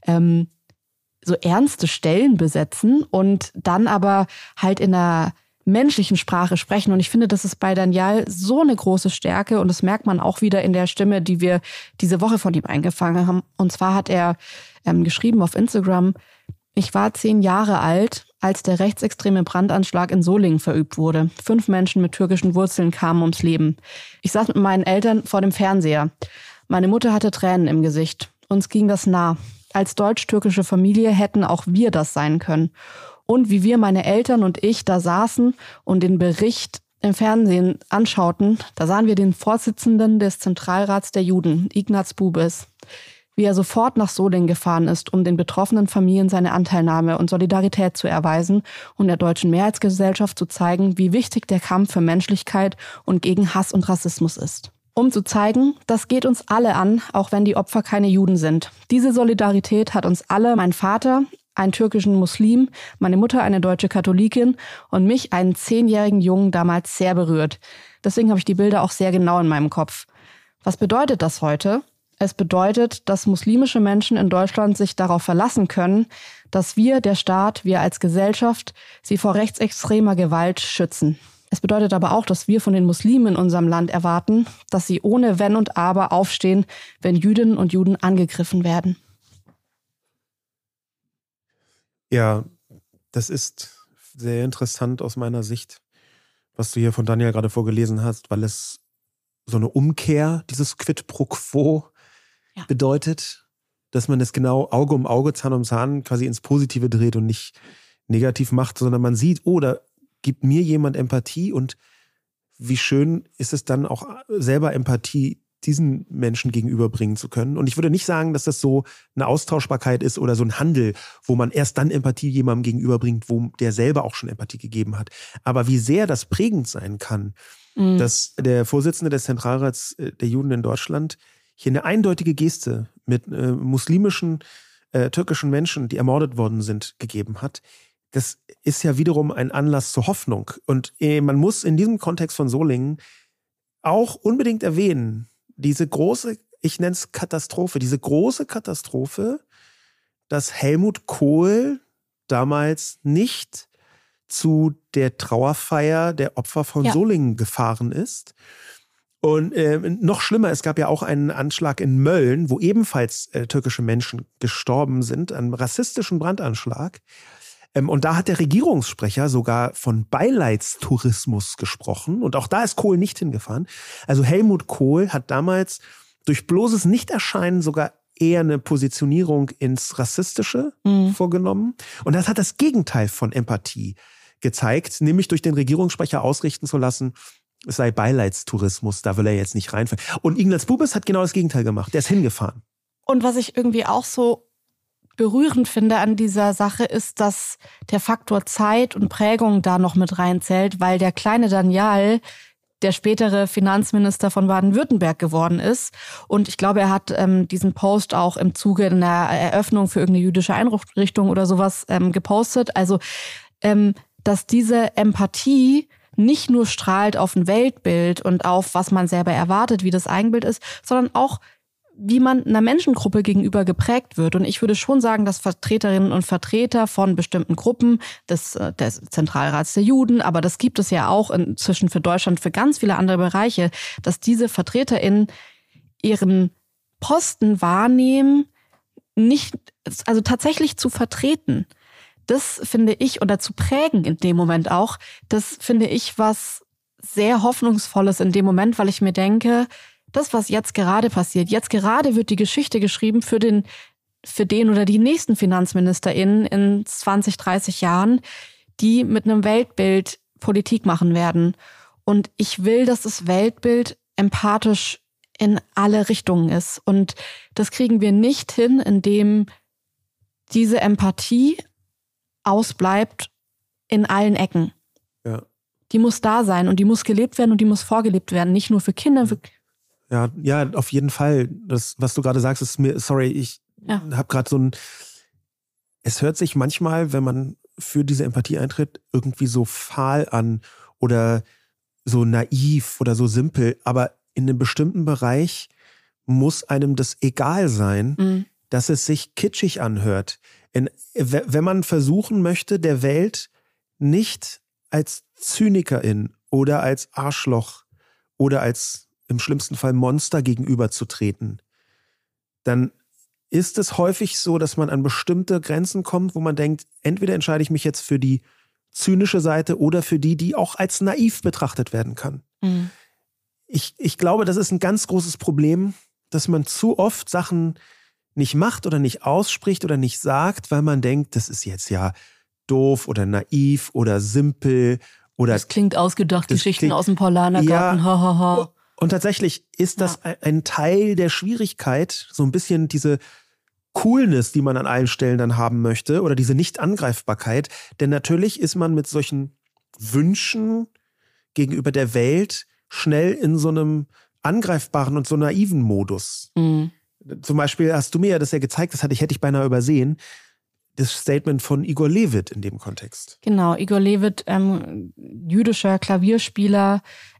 so ernste Stellen besetzen und dann aber halt in einer menschlichen Sprache sprechen. Und ich finde, das ist bei Daniel so eine große Stärke und das merkt man auch wieder in der Stimme, die wir diese Woche von ihm eingefangen haben. Und zwar hat er geschrieben auf Instagram, ich war 10 Jahre alt, als der rechtsextreme Brandanschlag in Solingen verübt wurde. 5 Menschen mit türkischen Wurzeln kamen ums Leben. Ich saß mit meinen Eltern vor dem Fernseher. Meine Mutter hatte Tränen im Gesicht. Uns ging das nah. Als deutsch-türkische Familie hätten auch wir das sein können. Und wie wir, meine Eltern und ich, da saßen und den Bericht im Fernsehen anschauten, da sahen wir den Vorsitzenden des Zentralrats der Juden, Ignaz Bubis, wie er sofort nach Solingen gefahren ist, um den betroffenen Familien seine Anteilnahme und Solidarität zu erweisen und der deutschen Mehrheitsgesellschaft zu zeigen, wie wichtig der Kampf für Menschlichkeit und gegen Hass und Rassismus ist. Um zu zeigen, das geht uns alle an, auch wenn die Opfer keine Juden sind. Diese Solidarität hat uns alle, mein Vater, einen türkischen Muslim, meine Mutter eine deutsche Katholikin und mich, einen 10-jährigen Jungen, damals sehr berührt. Deswegen habe ich die Bilder auch sehr genau in meinem Kopf. Was bedeutet das heute? Es bedeutet, dass muslimische Menschen in Deutschland sich darauf verlassen können, dass wir, der Staat, wir als Gesellschaft, sie vor rechtsextremer Gewalt schützen. Es bedeutet aber auch, dass wir von den Muslimen in unserem Land erwarten, dass sie ohne Wenn und Aber aufstehen, wenn Jüdinnen und Juden angegriffen werden. Ja, das ist sehr interessant aus meiner Sicht, was du hier von Daniel gerade vorgelesen hast, weil es so eine Umkehr dieses Quid pro quo bedeutet, dass man es genau Auge um Auge, Zahn um Zahn quasi ins Positive dreht und nicht negativ macht, sondern man sieht, oh, da gibt mir jemand Empathie und wie schön ist es dann auch selber Empathie diesen Menschen gegenüberbringen zu können. Und ich würde nicht sagen, dass das so eine Austauschbarkeit ist oder so ein Handel, wo man erst dann Empathie jemandem gegenüberbringt, wo der selber auch schon Empathie gegeben hat. Aber wie sehr das prägend sein kann, dass der Vorsitzende des Zentralrats der Juden in Deutschland hier eine eindeutige Geste mit muslimischen, türkischen Menschen, die ermordet worden sind, gegeben hat, das ist ja wiederum ein Anlass zur Hoffnung. Und man muss in diesem Kontext von Solingen auch unbedingt erwähnen, diese große, ich nenne es Katastrophe, diese große Katastrophe, dass Helmut Kohl damals nicht zu der Trauerfeier der Opfer von Solingen gefahren ist. Und noch schlimmer, es gab ja auch einen Anschlag in Mölln, wo ebenfalls türkische Menschen gestorben sind, einen rassistischen Brandanschlag. Und da hat der Regierungssprecher sogar von Beileidstourismus gesprochen. Und auch da ist Kohl nicht hingefahren. Also Helmut Kohl hat damals durch bloßes Nichterscheinen sogar eher eine Positionierung ins Rassistische vorgenommen. Und das hat das Gegenteil von Empathie gezeigt, nämlich durch den Regierungssprecher ausrichten zu lassen, es sei Beileidstourismus, da will er jetzt nicht reinfallen. Und Ignaz Bubis hat genau das Gegenteil gemacht. Der ist hingefahren. Und was ich irgendwie auch so berührend finde an dieser Sache ist, dass der Faktor Zeit und Prägung da noch mit reinzählt, weil der kleine Daniel der spätere Finanzminister von Baden-Württemberg geworden ist. Und ich glaube, er hat diesen Post auch im Zuge einer Eröffnung für irgendeine jüdische Einrichtung oder sowas gepostet. Also, dass diese Empathie nicht nur strahlt auf ein Weltbild und auf, was man selber erwartet, wie das Eigenbild ist, sondern auch, wie man einer Menschengruppe gegenüber geprägt wird. Und ich würde schon sagen, dass Vertreterinnen und Vertreter von bestimmten Gruppen des Zentralrats der Juden, aber das gibt es ja auch inzwischen für Deutschland, für ganz viele andere Bereiche, dass diese VertreterInnen ihren Posten wahrnehmen, nicht, also tatsächlich zu vertreten. Das finde ich, oder zu prägen in dem Moment auch, das finde ich was sehr Hoffnungsvolles in dem Moment, weil ich mir denke, das, was jetzt gerade passiert, jetzt gerade wird die Geschichte geschrieben für den oder die nächsten FinanzministerInnen in 20, 30 Jahren, die mit einem Weltbild Politik machen werden. Und ich will, dass das Weltbild empathisch in alle Richtungen ist. Und das kriegen wir nicht hin, indem diese Empathie ausbleibt in allen Ecken. Ja. Die muss da sein und die muss gelebt werden und die muss vorgelebt werden. Nicht nur für Kinder, Ja, auf jeden Fall. Das, was du gerade sagst, ist mir, sorry, ich habe gerade so es hört sich manchmal, wenn man für diese Empathie eintritt, irgendwie so fahl an oder so naiv oder so simpel. Aber in einem bestimmten Bereich muss einem das egal sein, dass es sich kitschig anhört. Wenn man versuchen möchte, der Welt nicht als Zynikerin oder als Arschloch oder als im schlimmsten Fall Monster gegenüberzutreten, dann ist es häufig so, dass man an bestimmte Grenzen kommt, wo man denkt, entweder entscheide ich mich jetzt für die zynische Seite oder für die auch als naiv betrachtet werden kann. Mhm. Ich glaube, das ist ein ganz großes Problem, dass man zu oft Sachen nicht macht oder nicht ausspricht oder nicht sagt, weil man denkt, das ist jetzt ja doof oder naiv oder simpel oder... Das klingt ausgedacht, Geschichten aus dem Paulanergarten, ja, Und tatsächlich ist das ein Teil der Schwierigkeit, so ein bisschen diese Coolness, die man an allen Stellen dann haben möchte oder diese Nicht-Angreifbarkeit. Denn natürlich ist man mit solchen Wünschen gegenüber der Welt schnell in so einem angreifbaren und so naiven Modus. Mhm. Zum Beispiel hast du mir ja das ja gezeigt, hätte ich beinahe übersehen, das Statement von Igor Levit in dem Kontext. Genau, Igor Levit, jüdischer Klavierspieler,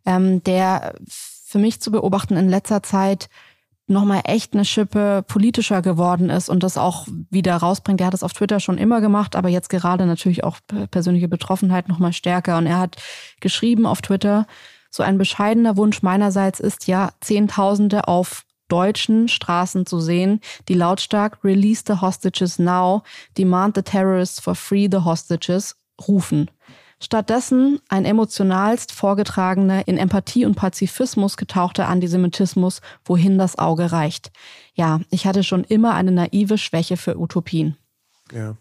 der für mich zu beobachten in letzter Zeit nochmal echt eine Schippe politischer geworden ist und das auch wieder rausbringt. Der hat das auf Twitter schon immer gemacht, aber jetzt gerade natürlich auch persönliche Betroffenheit nochmal stärker. Und er hat geschrieben auf Twitter, so ein bescheidener Wunsch meinerseits ist ja, Zehntausende auf deutschen Straßen zu sehen, die lautstark "Release the hostages now, demand the terrorists for free the hostages" rufen. Stattdessen ein emotionalst vorgetragener, in Empathie und Pazifismus getauchter Antisemitismus, wohin das Auge reicht. Ja, ich hatte schon immer eine naive Schwäche für Utopien. Ja.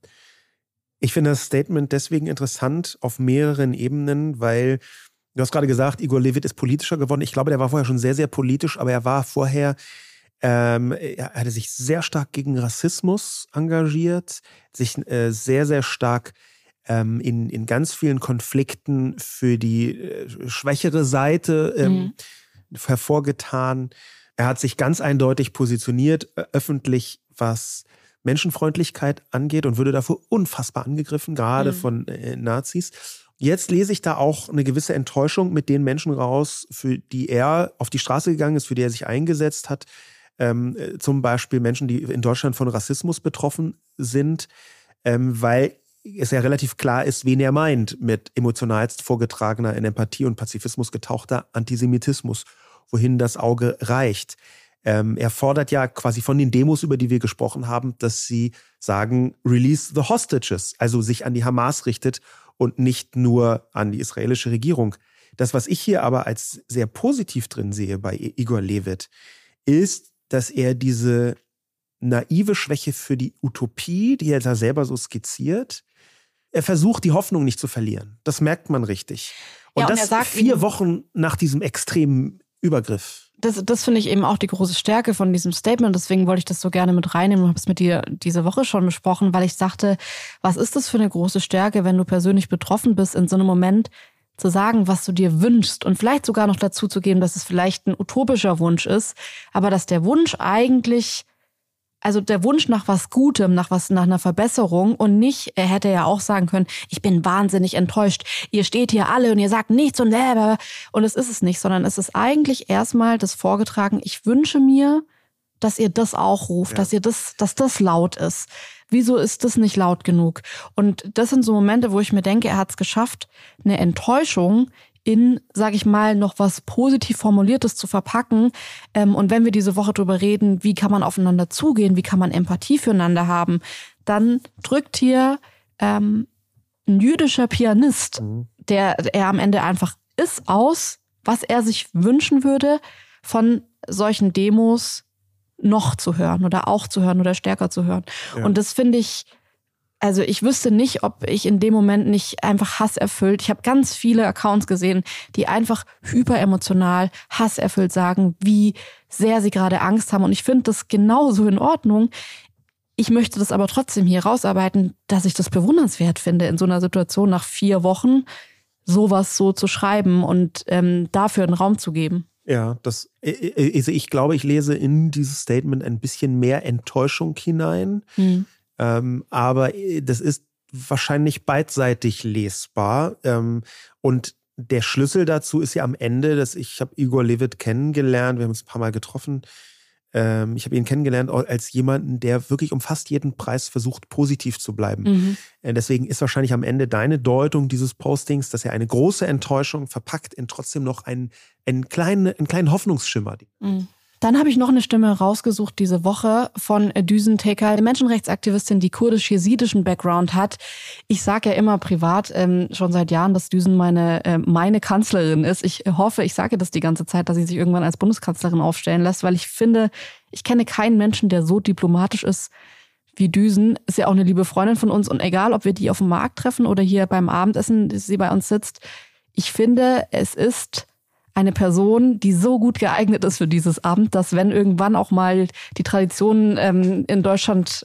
Ich finde das Statement deswegen interessant auf mehreren Ebenen, weil du hast gerade gesagt, Igor Levit ist politischer geworden. Ich glaube, der war vorher schon sehr, sehr politisch, aber er war vorher, er hatte sich sehr stark gegen Rassismus engagiert, sich sehr, sehr stark in ganz vielen Konflikten für die schwächere Seite hervorgetan. Er hat sich ganz eindeutig positioniert, öffentlich, was Menschenfreundlichkeit angeht und wurde dafür unfassbar angegriffen, gerade von Nazis. Jetzt lese ich da auch eine gewisse Enttäuschung mit den Menschen raus, für die er auf die Straße gegangen ist, für die er sich eingesetzt hat. Zum Beispiel Menschen, die in Deutschland von Rassismus betroffen sind, weil es ja relativ klar ist, wen er meint mit emotionalst vorgetragener, in Empathie und Pazifismus getauchter Antisemitismus, wohin das Auge reicht. Er fordert ja quasi von den Demos, über die wir gesprochen haben, dass sie sagen, release the hostages, also sich an die Hamas richtet und nicht nur an die israelische Regierung. Das, was ich hier aber als sehr positiv drin sehe bei Igor Levit, ist, dass er diese naive Schwäche für die Utopie, die er da selber so skizziert. Er versucht, die Hoffnung nicht zu verlieren. Das merkt man richtig. Und das 4 Wochen nach diesem extremen Übergriff. Das finde ich eben auch die große Stärke von diesem Statement. Deswegen wollte ich das so gerne mit reinnehmen und habe es mit dir diese Woche schon besprochen, weil ich dachte, was ist das für eine große Stärke, wenn du persönlich betroffen bist, in so einem Moment zu sagen, was du dir wünschst und vielleicht sogar noch dazu zu geben, dass es vielleicht ein utopischer Wunsch ist, aber dass der Wunsch eigentlich, also der Wunsch nach was Gutem, nach einer Verbesserung und nicht, er hätte ja auch sagen können, ich bin wahnsinnig enttäuscht, ihr steht hier alle und ihr sagt nichts und es ist es nicht, sondern es ist eigentlich erstmal das vorgetragen, ich wünsche mir, dass ihr das auch ruft, dass das laut ist. Wieso ist das nicht laut genug? Und das sind so Momente, wo ich mir denke, er hat es geschafft, eine Enttäuschung in, sage ich mal, noch was positiv Formuliertes zu verpacken. Und wenn wir diese Woche drüber reden, wie kann man aufeinander zugehen, wie kann man Empathie füreinander haben, dann drückt hier ein jüdischer Pianist, der er am Ende einfach ist, aus, was er sich wünschen würde, von solchen Demos noch zu hören oder auch zu hören oder stärker zu hören. Ja. Und das finde ich, also ich wüsste nicht, ob ich in dem Moment nicht einfach hasserfüllt. Ich habe ganz viele Accounts gesehen, die einfach hyperemotional, hasserfüllt sagen, wie sehr sie gerade Angst haben. Und ich finde das genauso in Ordnung. Ich möchte das aber trotzdem hier rausarbeiten, dass ich das bewundernswert finde, in so einer Situation nach 4 Wochen sowas so zu schreiben und dafür einen Raum zu geben. Ja, ich glaube, ich lese in dieses Statement ein bisschen mehr Enttäuschung hinein. Aber das ist wahrscheinlich beidseitig lesbar. Und der Schlüssel dazu ist ja am Ende, ich habe Igor Levit kennengelernt, wir haben uns ein paar Mal getroffen. Ich habe ihn kennengelernt als jemanden, der wirklich um fast jeden Preis versucht, positiv zu bleiben. Deswegen ist wahrscheinlich am Ende deine Deutung dieses Postings, dass er eine große Enttäuschung verpackt in trotzdem noch einen kleinen Hoffnungsschimmer. Dann habe ich noch eine Stimme rausgesucht diese Woche von Düsen Tekal, eine Menschenrechtsaktivistin, die kurdisch-jesidischen Background hat. Ich sage ja immer privat schon seit Jahren, dass Düsen meine Kanzlerin ist. Ich hoffe, ich sage das die ganze Zeit, dass sie sich irgendwann als Bundeskanzlerin aufstellen lässt, weil ich finde, ich kenne keinen Menschen, der so diplomatisch ist wie Düsen. Ist ja auch eine liebe Freundin von uns und egal, ob wir die auf dem Markt treffen oder hier beim Abendessen, dass sie bei uns sitzt, ich finde, es ist eine Person, die so gut geeignet ist für dieses Amt, dass wenn irgendwann auch mal die Tradition in Deutschland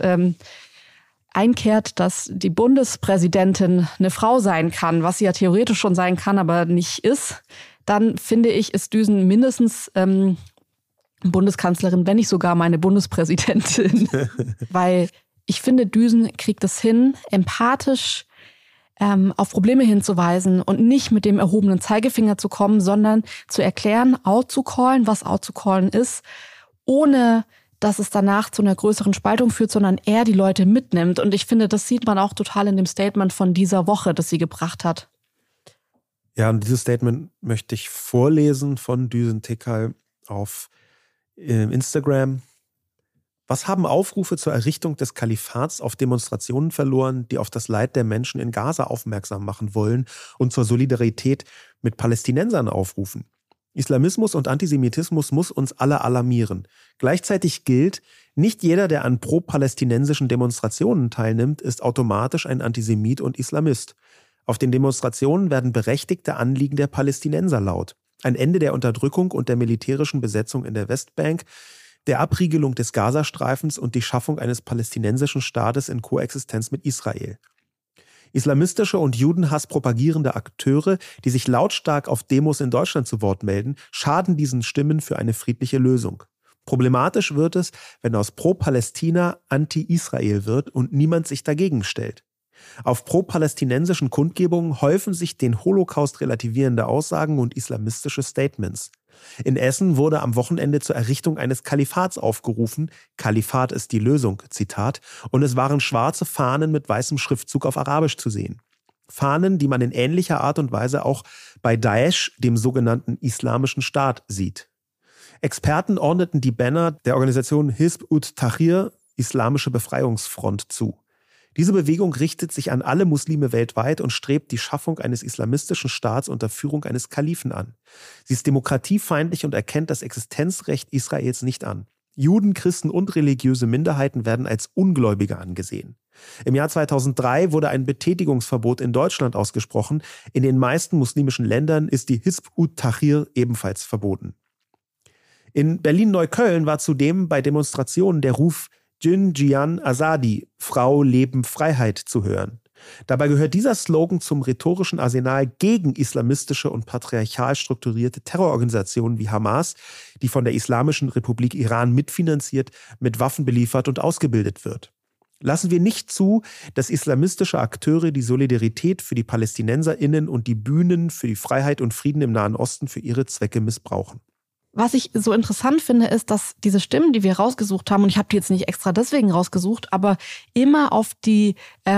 einkehrt, dass die Bundespräsidentin eine Frau sein kann, was sie ja theoretisch schon sein kann, aber nicht ist, dann finde ich, ist Düsen mindestens Bundeskanzlerin, wenn nicht sogar meine Bundespräsidentin. Weil ich finde, Düsen kriegt es hin, empathisch auf Probleme hinzuweisen und nicht mit dem erhobenen Zeigefinger zu kommen, sondern zu erklären, outzucallen, was outzucallen ist, ohne dass es danach zu einer größeren Spaltung führt, sondern er die Leute mitnimmt. Und ich finde, das sieht man auch total in dem Statement von dieser Woche, das sie gebracht hat. Ja, und dieses Statement möchte ich vorlesen von Düsen Tekal auf Instagram. Was haben Aufrufe zur Errichtung des Kalifats auf Demonstrationen verloren, die auf das Leid der Menschen in Gaza aufmerksam machen wollen und zur Solidarität mit Palästinensern aufrufen? Islamismus und Antisemitismus muss uns alle alarmieren. Gleichzeitig gilt, nicht jeder, der an pro-palästinensischen Demonstrationen teilnimmt, ist automatisch ein Antisemit und Islamist. Auf den Demonstrationen werden berechtigte Anliegen der Palästinenser laut. Ein Ende der Unterdrückung und der militärischen Besetzung in der Westbank, der Abriegelung des Gazastreifens und die Schaffung eines palästinensischen Staates in Koexistenz mit Israel. Islamistische und Judenhass propagierende Akteure, die sich lautstark auf Demos in Deutschland zu Wort melden, schaden diesen Stimmen für eine friedliche Lösung. Problematisch wird es, wenn aus Pro-Palästina Anti-Israel wird und niemand sich dagegen stellt. Auf pro-palästinensischen Kundgebungen häufen sich den Holocaust relativierende Aussagen und islamistische Statements. In Essen wurde am Wochenende zur Errichtung eines Kalifats aufgerufen. Kalifat ist die Lösung, Zitat. Und es waren schwarze Fahnen mit weißem Schriftzug auf Arabisch zu sehen. Fahnen, die man in ähnlicher Art und Weise auch bei Daesh, dem sogenannten Islamischen Staat, sieht. Experten ordneten die Banner der Organisation Hizb ut-Tahrir, Islamische Befreiungsfront, zu. Diese Bewegung richtet sich an alle Muslime weltweit und strebt die Schaffung eines islamistischen Staats unter Führung eines Kalifen an. Sie ist demokratiefeindlich und erkennt das Existenzrecht Israels nicht an. Juden, Christen und religiöse Minderheiten werden als Ungläubige angesehen. Im Jahr 2003 wurde ein Betätigungsverbot in Deutschland ausgesprochen. In den meisten muslimischen Ländern ist die Hizb ut-Tahrir ebenfalls verboten. In Berlin-Neukölln war zudem bei Demonstrationen der Ruf Jin Jiyan Azadi, Frau, Leben, Freiheit zu hören. Dabei gehört dieser Slogan zum rhetorischen Arsenal gegen islamistische und patriarchal strukturierte Terrororganisationen wie Hamas, die von der Islamischen Republik Iran mitfinanziert, mit Waffen beliefert und ausgebildet wird. Lassen wir nicht zu, dass islamistische Akteure die Solidarität für die PalästinenserInnen und die Bühnen für die Freiheit und Frieden im Nahen Osten für ihre Zwecke missbrauchen. Was ich so interessant finde, ist, dass diese Stimmen, die wir rausgesucht haben, und ich habe die jetzt nicht extra deswegen rausgesucht, aber immer auf die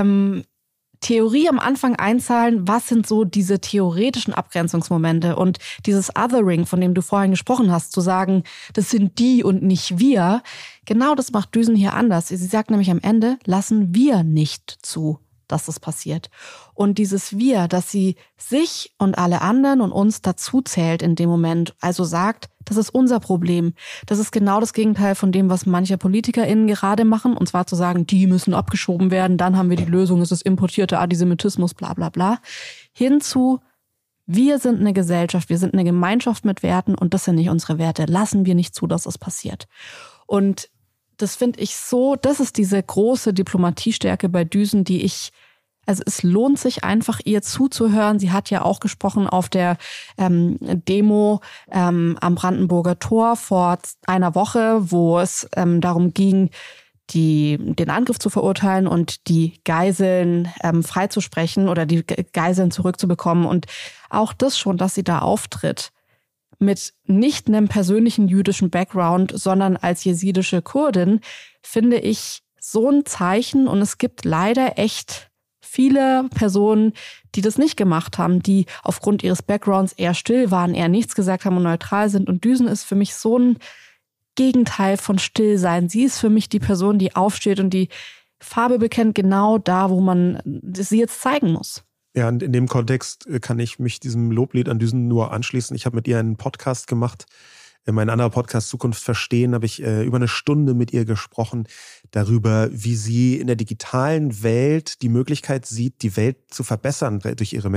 Theorie am Anfang einzahlen, was sind so diese theoretischen Abgrenzungsmomente und dieses Othering, von dem du vorhin gesprochen hast, zu sagen, das sind die und nicht wir. Genau das macht Düsen hier anders. Sie sagt nämlich am Ende, lassen wir nicht zu, dass das passiert. Und dieses Wir, dass sie sich und alle anderen und uns dazu zählt in dem Moment, also sagt, das ist unser Problem. Das ist genau das Gegenteil von dem, was manche PolitikerInnen gerade machen, und zwar zu sagen, die müssen abgeschoben werden, dann haben wir die Lösung, es ist importierter Antisemitismus, bla bla bla. Hinzu, wir sind eine Gesellschaft, wir sind eine Gemeinschaft mit Werten und das sind nicht unsere Werte. Lassen wir nicht zu, dass es passiert. Und das finde ich so, das ist diese große Diplomatiestärke bei Düsen, also es lohnt sich einfach, ihr zuzuhören. Sie hat ja auch gesprochen auf der Demo am Brandenburger Tor vor einer Woche, wo es darum ging, den Angriff zu verurteilen und die Geiseln freizusprechen oder die Geiseln zurückzubekommen. Und auch das schon, dass sie da auftritt, mit nicht einem persönlichen jüdischen Background, sondern als jesidische Kurdin, finde ich so ein Zeichen. Und es gibt leider echt viele Personen, die das nicht gemacht haben, die aufgrund ihres Backgrounds eher still waren, eher nichts gesagt haben und neutral sind. Und Düsen ist für mich so ein Gegenteil von Stillsein. Sie ist für mich die Person, die aufsteht und die Farbe bekennt, genau da, wo man sie jetzt zeigen muss. Ja, und in dem Kontext kann ich mich diesem Loblied an Düsen nur anschließen. Ich habe mit ihr einen Podcast gemacht. Mein anderer Podcast Zukunft verstehen, habe ich über eine Stunde mit ihr gesprochen darüber, wie sie in der digitalen Welt die Möglichkeit sieht, die Welt zu verbessern durch ihre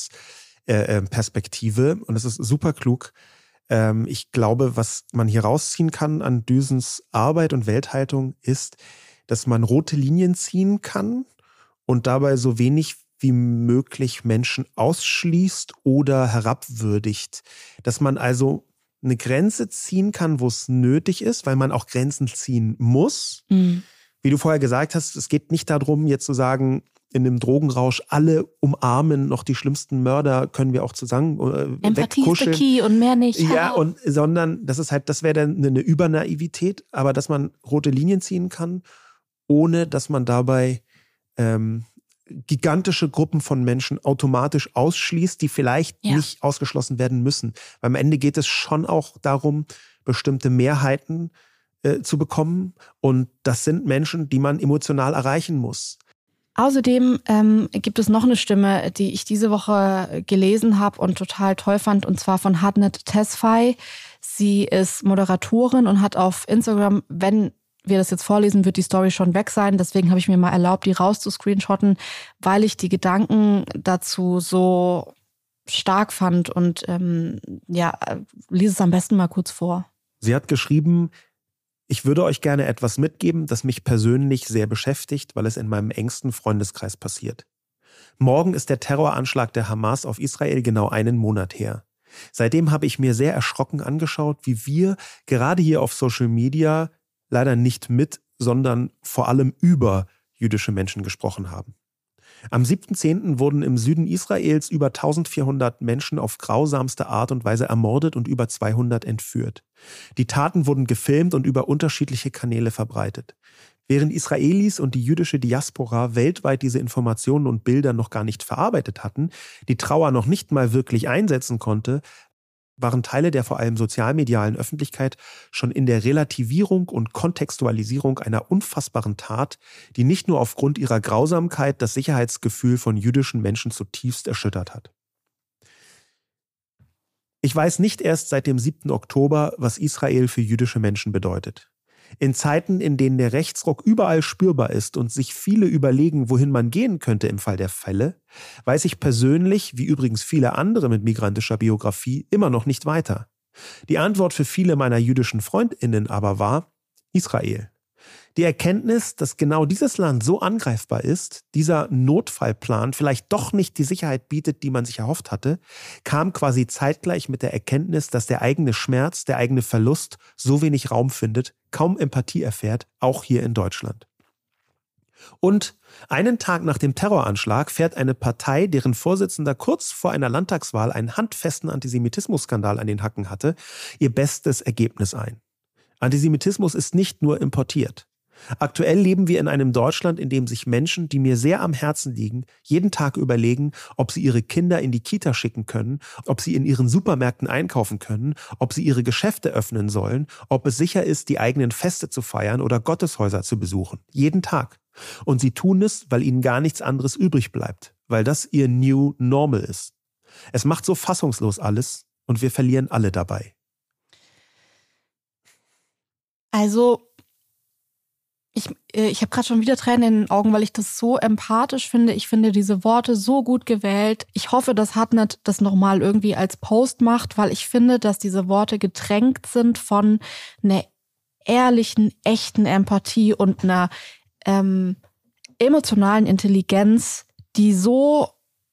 Menschenrechtsperspektive. Und das ist super klug. Ich glaube, was man hier rausziehen kann an Düsens Arbeit und Welthaltung ist, dass man rote Linien ziehen kann und dabei so wenig wie möglich Menschen ausschließt oder herabwürdigt. Dass man also eine Grenze ziehen kann, wo es nötig ist, weil man auch Grenzen ziehen muss. Mhm. Wie du vorher gesagt hast, es geht nicht darum, jetzt zu sagen, in einem Drogenrausch alle umarmen, noch die schlimmsten Mörder können wir auch zusammen Empathie ist the key und mehr nicht. Ja, sondern das wäre dann eine Übernaivität, aber dass man rote Linien ziehen kann, ohne dass man dabei gigantische Gruppen von Menschen automatisch ausschließt, die vielleicht nicht ausgeschlossen werden müssen. Weil am Ende geht es schon auch darum, bestimmte Mehrheiten zu bekommen. Und das sind Menschen, die man emotional erreichen muss. Außerdem gibt es noch eine Stimme, die ich diese Woche gelesen habe und total toll fand, und zwar von Hadnet Tesfaye. Sie ist Moderatorin und hat auf Instagram, wenn wir das jetzt vorlesen, wird die Story schon weg sein. Deswegen habe ich mir mal erlaubt, die rauszuscreenshotten, weil ich die Gedanken dazu so stark fand. Und lese es am besten mal kurz vor. Sie hat geschrieben, ich würde euch gerne etwas mitgeben, das mich persönlich sehr beschäftigt, weil es in meinem engsten Freundeskreis passiert. Morgen ist der Terroranschlag der Hamas auf Israel genau einen Monat her. Seitdem habe ich mir sehr erschrocken angeschaut, wie wir gerade hier auf Social Media leider nicht mit, sondern vor allem über jüdische Menschen gesprochen haben. Am 7.10. wurden im Süden Israels über 1400 Menschen auf grausamste Art und Weise ermordet und über 200 entführt. Die Taten wurden gefilmt und über unterschiedliche Kanäle verbreitet. Während Israelis und die jüdische Diaspora weltweit diese Informationen und Bilder noch gar nicht verarbeitet hatten, die Trauer noch nicht mal wirklich einsetzen konnte, waren Teile der vor allem sozialmedialen Öffentlichkeit schon in der Relativierung und Kontextualisierung einer unfassbaren Tat, die nicht nur aufgrund ihrer Grausamkeit das Sicherheitsgefühl von jüdischen Menschen zutiefst erschüttert hat. Ich weiß nicht erst seit dem 7. Oktober, was Israel für jüdische Menschen bedeutet. In Zeiten, in denen der Rechtsruck überall spürbar ist und sich viele überlegen, wohin man gehen könnte im Fall der Fälle, weiß ich persönlich, wie übrigens viele andere mit migrantischer Biografie, immer noch nicht weiter. Die Antwort für viele meiner jüdischen FreundInnen aber war Israel. Die Erkenntnis, dass genau dieses Land so angreifbar ist, dieser Notfallplan vielleicht doch nicht die Sicherheit bietet, die man sich erhofft hatte, kam quasi zeitgleich mit der Erkenntnis, dass der eigene Schmerz, der eigene Verlust so wenig Raum findet, kaum Empathie erfährt, auch hier in Deutschland. Und einen Tag nach dem Terroranschlag fährt eine Partei, deren Vorsitzender kurz vor einer Landtagswahl einen handfesten Antisemitismusskandal an den Hacken hatte, ihr bestes Ergebnis ein. Antisemitismus ist nicht nur importiert. Aktuell leben wir in einem Deutschland, in dem sich Menschen, die mir sehr am Herzen liegen, jeden Tag überlegen, ob sie ihre Kinder in die Kita schicken können, ob sie in ihren Supermärkten einkaufen können, ob sie ihre Geschäfte öffnen sollen, ob es sicher ist, die eigenen Feste zu feiern oder Gotteshäuser zu besuchen. Jeden Tag. Und sie tun es, weil ihnen gar nichts anderes übrig bleibt, weil das ihr New Normal ist. Es macht so fassungslos alles und wir verlieren alle dabei. Also, ich habe gerade schon wieder Tränen in den Augen, weil ich das so empathisch finde. Ich finde diese Worte so gut gewählt. Ich hoffe, dass Hartnett das nochmal irgendwie als Post macht, weil ich finde, dass diese Worte getränkt sind von einer ehrlichen, echten Empathie und einer emotionalen Intelligenz, die so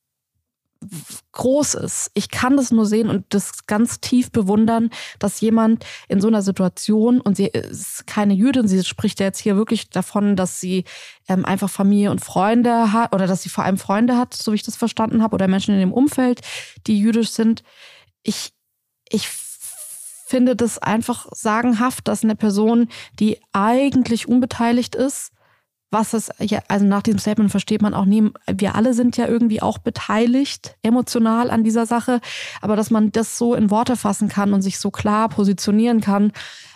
groß ist. Ich kann das nur sehen und das ganz tief bewundern, dass jemand in so einer Situation, und sie ist keine Jüdin, sie spricht ja jetzt hier wirklich davon, dass sie einfach Familie und Freunde hat oder dass sie vor allem Freunde hat, so wie ich das verstanden habe, oder Menschen in dem Umfeld, die jüdisch sind. Ich finde das einfach sagenhaft, dass eine Person, die eigentlich unbeteiligt ist, was es, ja, also nach diesem Statement versteht man auch nie, wir alle sind ja irgendwie auch beteiligt, emotional an dieser Sache, aber dass man das so in Worte fassen kann und sich so klar positionieren kann,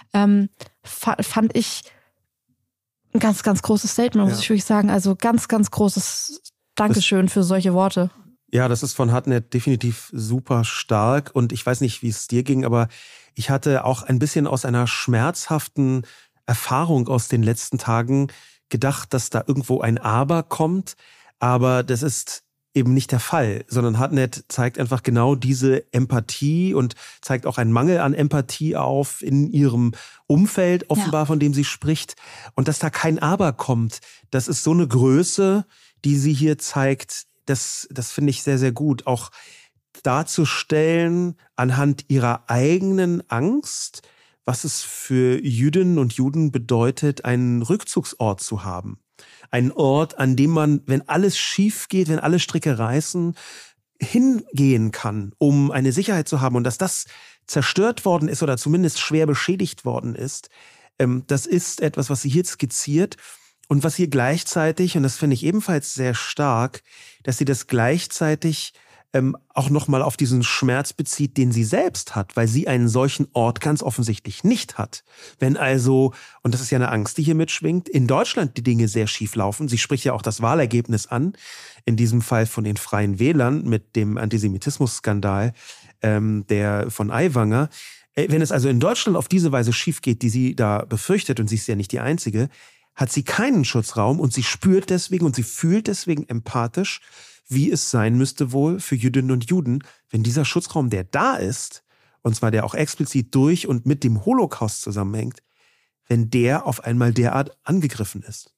fand ich ein ganz, ganz großes Statement, muss ich wirklich sagen. Also ganz, ganz großes Dankeschön für solche Worte. Ja, das ist von Hartnett definitiv super stark und ich weiß nicht, wie es dir ging, aber ich hatte auch ein bisschen aus einer schmerzhaften Erfahrung aus den letzten Tagen gedacht, dass da irgendwo ein Aber kommt, aber das ist eben nicht der Fall, sondern Hartnett zeigt einfach genau diese Empathie und zeigt auch einen Mangel an Empathie auf in ihrem Umfeld, offenbar, von dem sie spricht. Und dass da kein Aber kommt, das ist so eine Größe, die sie hier zeigt, das finde ich sehr, sehr gut. Auch darzustellen anhand ihrer eigenen Angst, was es für Jüdinnen und Juden bedeutet, einen Rückzugsort zu haben. Ein Ort, an dem man, wenn alles schief geht, wenn alle Stricke reißen, hingehen kann, um eine Sicherheit zu haben. Und dass das zerstört worden ist oder zumindest schwer beschädigt worden ist, das ist etwas, was sie hier skizziert und was hier gleichzeitig, und das finde ich ebenfalls sehr stark, dass sie das gleichzeitig auch nochmal auf diesen Schmerz bezieht, den sie selbst hat, weil sie einen solchen Ort ganz offensichtlich nicht hat. Wenn also, und das ist ja eine Angst, die hier mitschwingt, in Deutschland die Dinge sehr schief laufen, sie spricht ja auch das Wahlergebnis an, in diesem Fall von den Freien Wählern mit dem Antisemitismus-Skandal der von Aiwanger. Wenn es also in Deutschland auf diese Weise schief geht, die sie da befürchtet, und sie ist ja nicht die Einzige, hat sie keinen Schutzraum und sie spürt deswegen und sie fühlt deswegen empathisch, wie es sein müsste wohl für Jüdinnen und Juden, wenn dieser Schutzraum, der da ist, und zwar der auch explizit durch und mit dem Holocaust zusammenhängt, wenn der auf einmal derart angegriffen ist.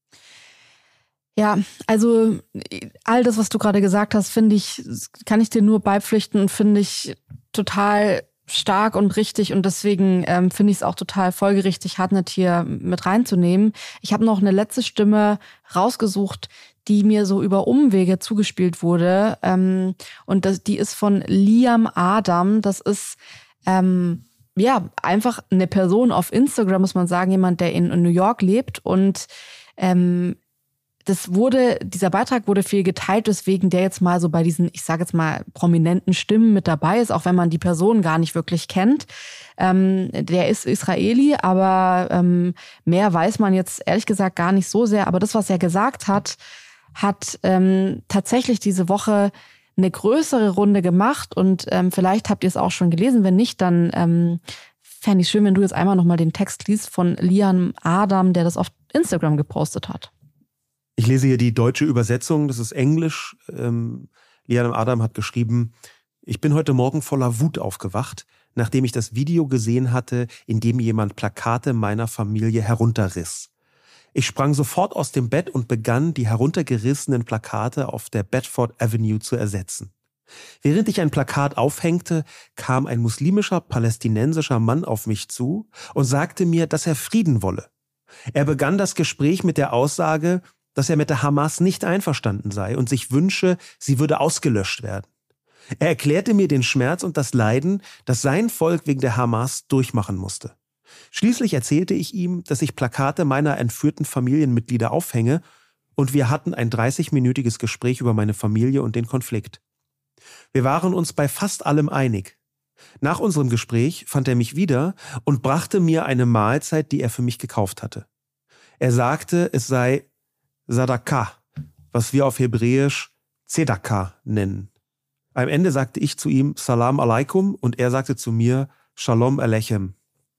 Ja, also all das, was du gerade gesagt hast, finde ich, kann ich dir nur beipflichten und finde ich total stark und richtig und deswegen finde ich es auch total folgerichtig, Hartnett hier mit reinzunehmen. Ich habe noch eine letzte Stimme rausgesucht, die mir so über Umwege zugespielt wurde und die ist von Liam Adam. Das ist einfach eine Person auf Instagram, muss man sagen, jemand, der in New York lebt und dieser Beitrag wurde viel geteilt, weswegen der jetzt mal so bei diesen, ich sage jetzt mal, prominenten Stimmen mit dabei ist, auch wenn man die Person gar nicht wirklich kennt. Der ist Israeli, aber mehr weiß man jetzt ehrlich gesagt gar nicht so sehr. Aber das, was er gesagt hat tatsächlich diese Woche eine größere Runde gemacht und vielleicht habt ihr es auch schon gelesen. Wenn nicht, dann fände ich schön, wenn du jetzt einmal nochmal den Text liest von Liam Adam, der das auf Instagram gepostet hat. Ich lese hier die deutsche Übersetzung, das ist Englisch. Liam Adam hat geschrieben: Ich bin heute Morgen voller Wut aufgewacht, nachdem ich das Video gesehen hatte, in dem jemand Plakate meiner Familie herunterriss. Ich sprang sofort aus dem Bett und begann, die heruntergerissenen Plakate auf der Bedford Avenue zu ersetzen. Während ich ein Plakat aufhängte, kam ein muslimischer palästinensischer Mann auf mich zu und sagte mir, dass er Frieden wolle. Er begann das Gespräch mit der Aussage, dass er mit der Hamas nicht einverstanden sei und sich wünsche, sie würde ausgelöscht werden. Er erklärte mir den Schmerz und das Leiden, das sein Volk wegen der Hamas durchmachen musste. Schließlich erzählte ich ihm, dass ich Plakate meiner entführten Familienmitglieder aufhänge, und wir hatten ein 30-minütiges Gespräch über meine Familie und den Konflikt. Wir waren uns bei fast allem einig. Nach unserem Gespräch fand er mich wieder und brachte mir eine Mahlzeit, die er für mich gekauft hatte. Er sagte, es sei Sadaka, was wir auf Hebräisch Zedaka nennen. Am Ende sagte ich zu ihm Salam alaikum und er sagte zu mir Shalom aleichem.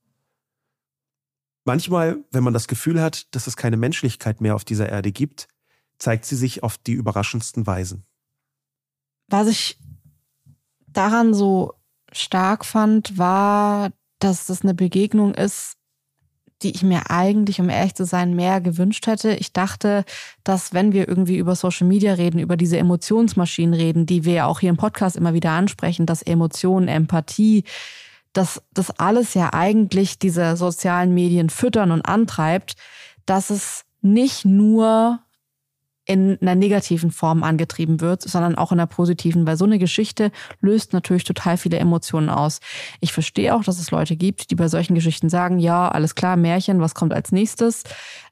Manchmal, wenn man das Gefühl hat, dass es keine Menschlichkeit mehr auf dieser Erde gibt, zeigt sie sich auf die überraschendsten Weisen. Was ich daran so stark fand, war, dass das eine Begegnung ist, die ich mir eigentlich, um ehrlich zu sein, mehr gewünscht hätte. Ich dachte, dass wenn wir irgendwie über Social Media reden, über diese Emotionsmaschinen reden, die wir ja auch hier im Podcast immer wieder ansprechen, dass Emotionen, Empathie, dass das alles ja eigentlich diese sozialen Medien füttern und antreibt, dass es nicht nur in einer negativen Form angetrieben wird, sondern auch in einer positiven, weil so eine Geschichte löst natürlich total viele Emotionen aus. Ich verstehe auch, dass es Leute gibt, die bei solchen Geschichten sagen, ja, alles klar, Märchen, was kommt als nächstes?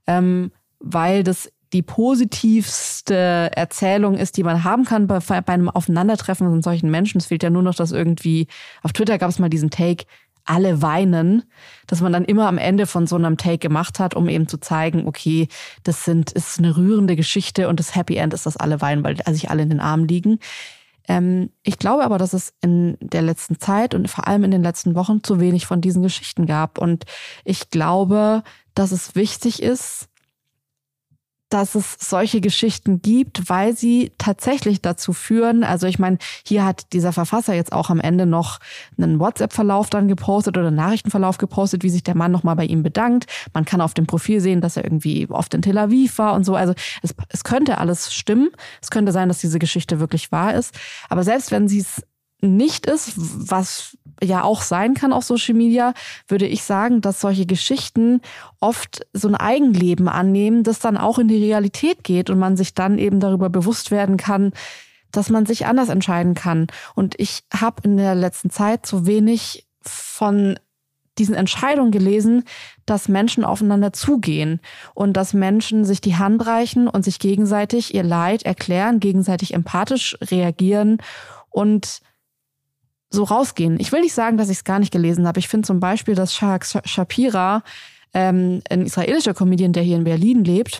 Weil das die positivste Erzählung ist, die man haben kann bei einem Aufeinandertreffen von solchen Menschen. Es fehlt ja nur noch, dass irgendwie, auf Twitter gab es mal diesen Take, alle weinen, dass man dann immer am Ende von so einem Take gemacht hat, um eben zu zeigen, okay, ist eine rührende Geschichte und das Happy End ist, dass alle weinen, weil sich alle in den Armen liegen. Ich glaube aber, dass es in der letzten Zeit und vor allem in den letzten Wochen zu wenig von diesen Geschichten gab. Und ich glaube, dass es wichtig ist, dass es solche Geschichten gibt, weil sie tatsächlich dazu führen, also ich meine, hier hat dieser Verfasser jetzt auch am Ende noch einen WhatsApp-Verlauf dann gepostet oder einen Nachrichtenverlauf gepostet, wie sich der Mann nochmal bei ihm bedankt. Man kann auf dem Profil sehen, dass er irgendwie oft in Tel Aviv war und so. Also es könnte alles stimmen. Es könnte sein, dass diese Geschichte wirklich wahr ist. Aber selbst wenn sie es nicht ist, was ja auch sein kann auf Social Media, würde ich sagen, dass solche Geschichten oft so ein Eigenleben annehmen, das dann auch in die Realität geht und man sich dann eben darüber bewusst werden kann, dass man sich anders entscheiden kann. Und ich habe in der letzten Zeit so wenig von diesen Entscheidungen gelesen, dass Menschen aufeinander zugehen und dass Menschen sich die Hand reichen und sich gegenseitig ihr Leid erklären, gegenseitig empathisch reagieren und so rausgehen. Ich will nicht sagen, dass ich es gar nicht gelesen habe. Ich finde zum Beispiel, dass Shahak Shapira, ein israelischer Comedian, der hier in Berlin lebt,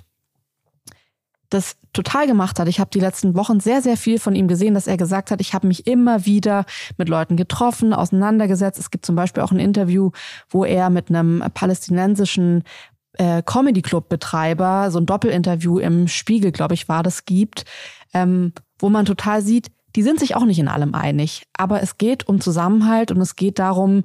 das total gemacht hat. Ich habe die letzten Wochen sehr, sehr viel von ihm gesehen, dass er gesagt hat, ich habe mich immer wieder mit Leuten getroffen, auseinandergesetzt. Es gibt zum Beispiel auch ein Interview, wo er mit einem palästinensischen Comedy-Club-Betreiber, so ein Doppelinterview im Spiegel, glaube ich, war das, gibt, wo man total sieht, die sind sich auch nicht in allem einig. Aber es geht um Zusammenhalt und es geht darum,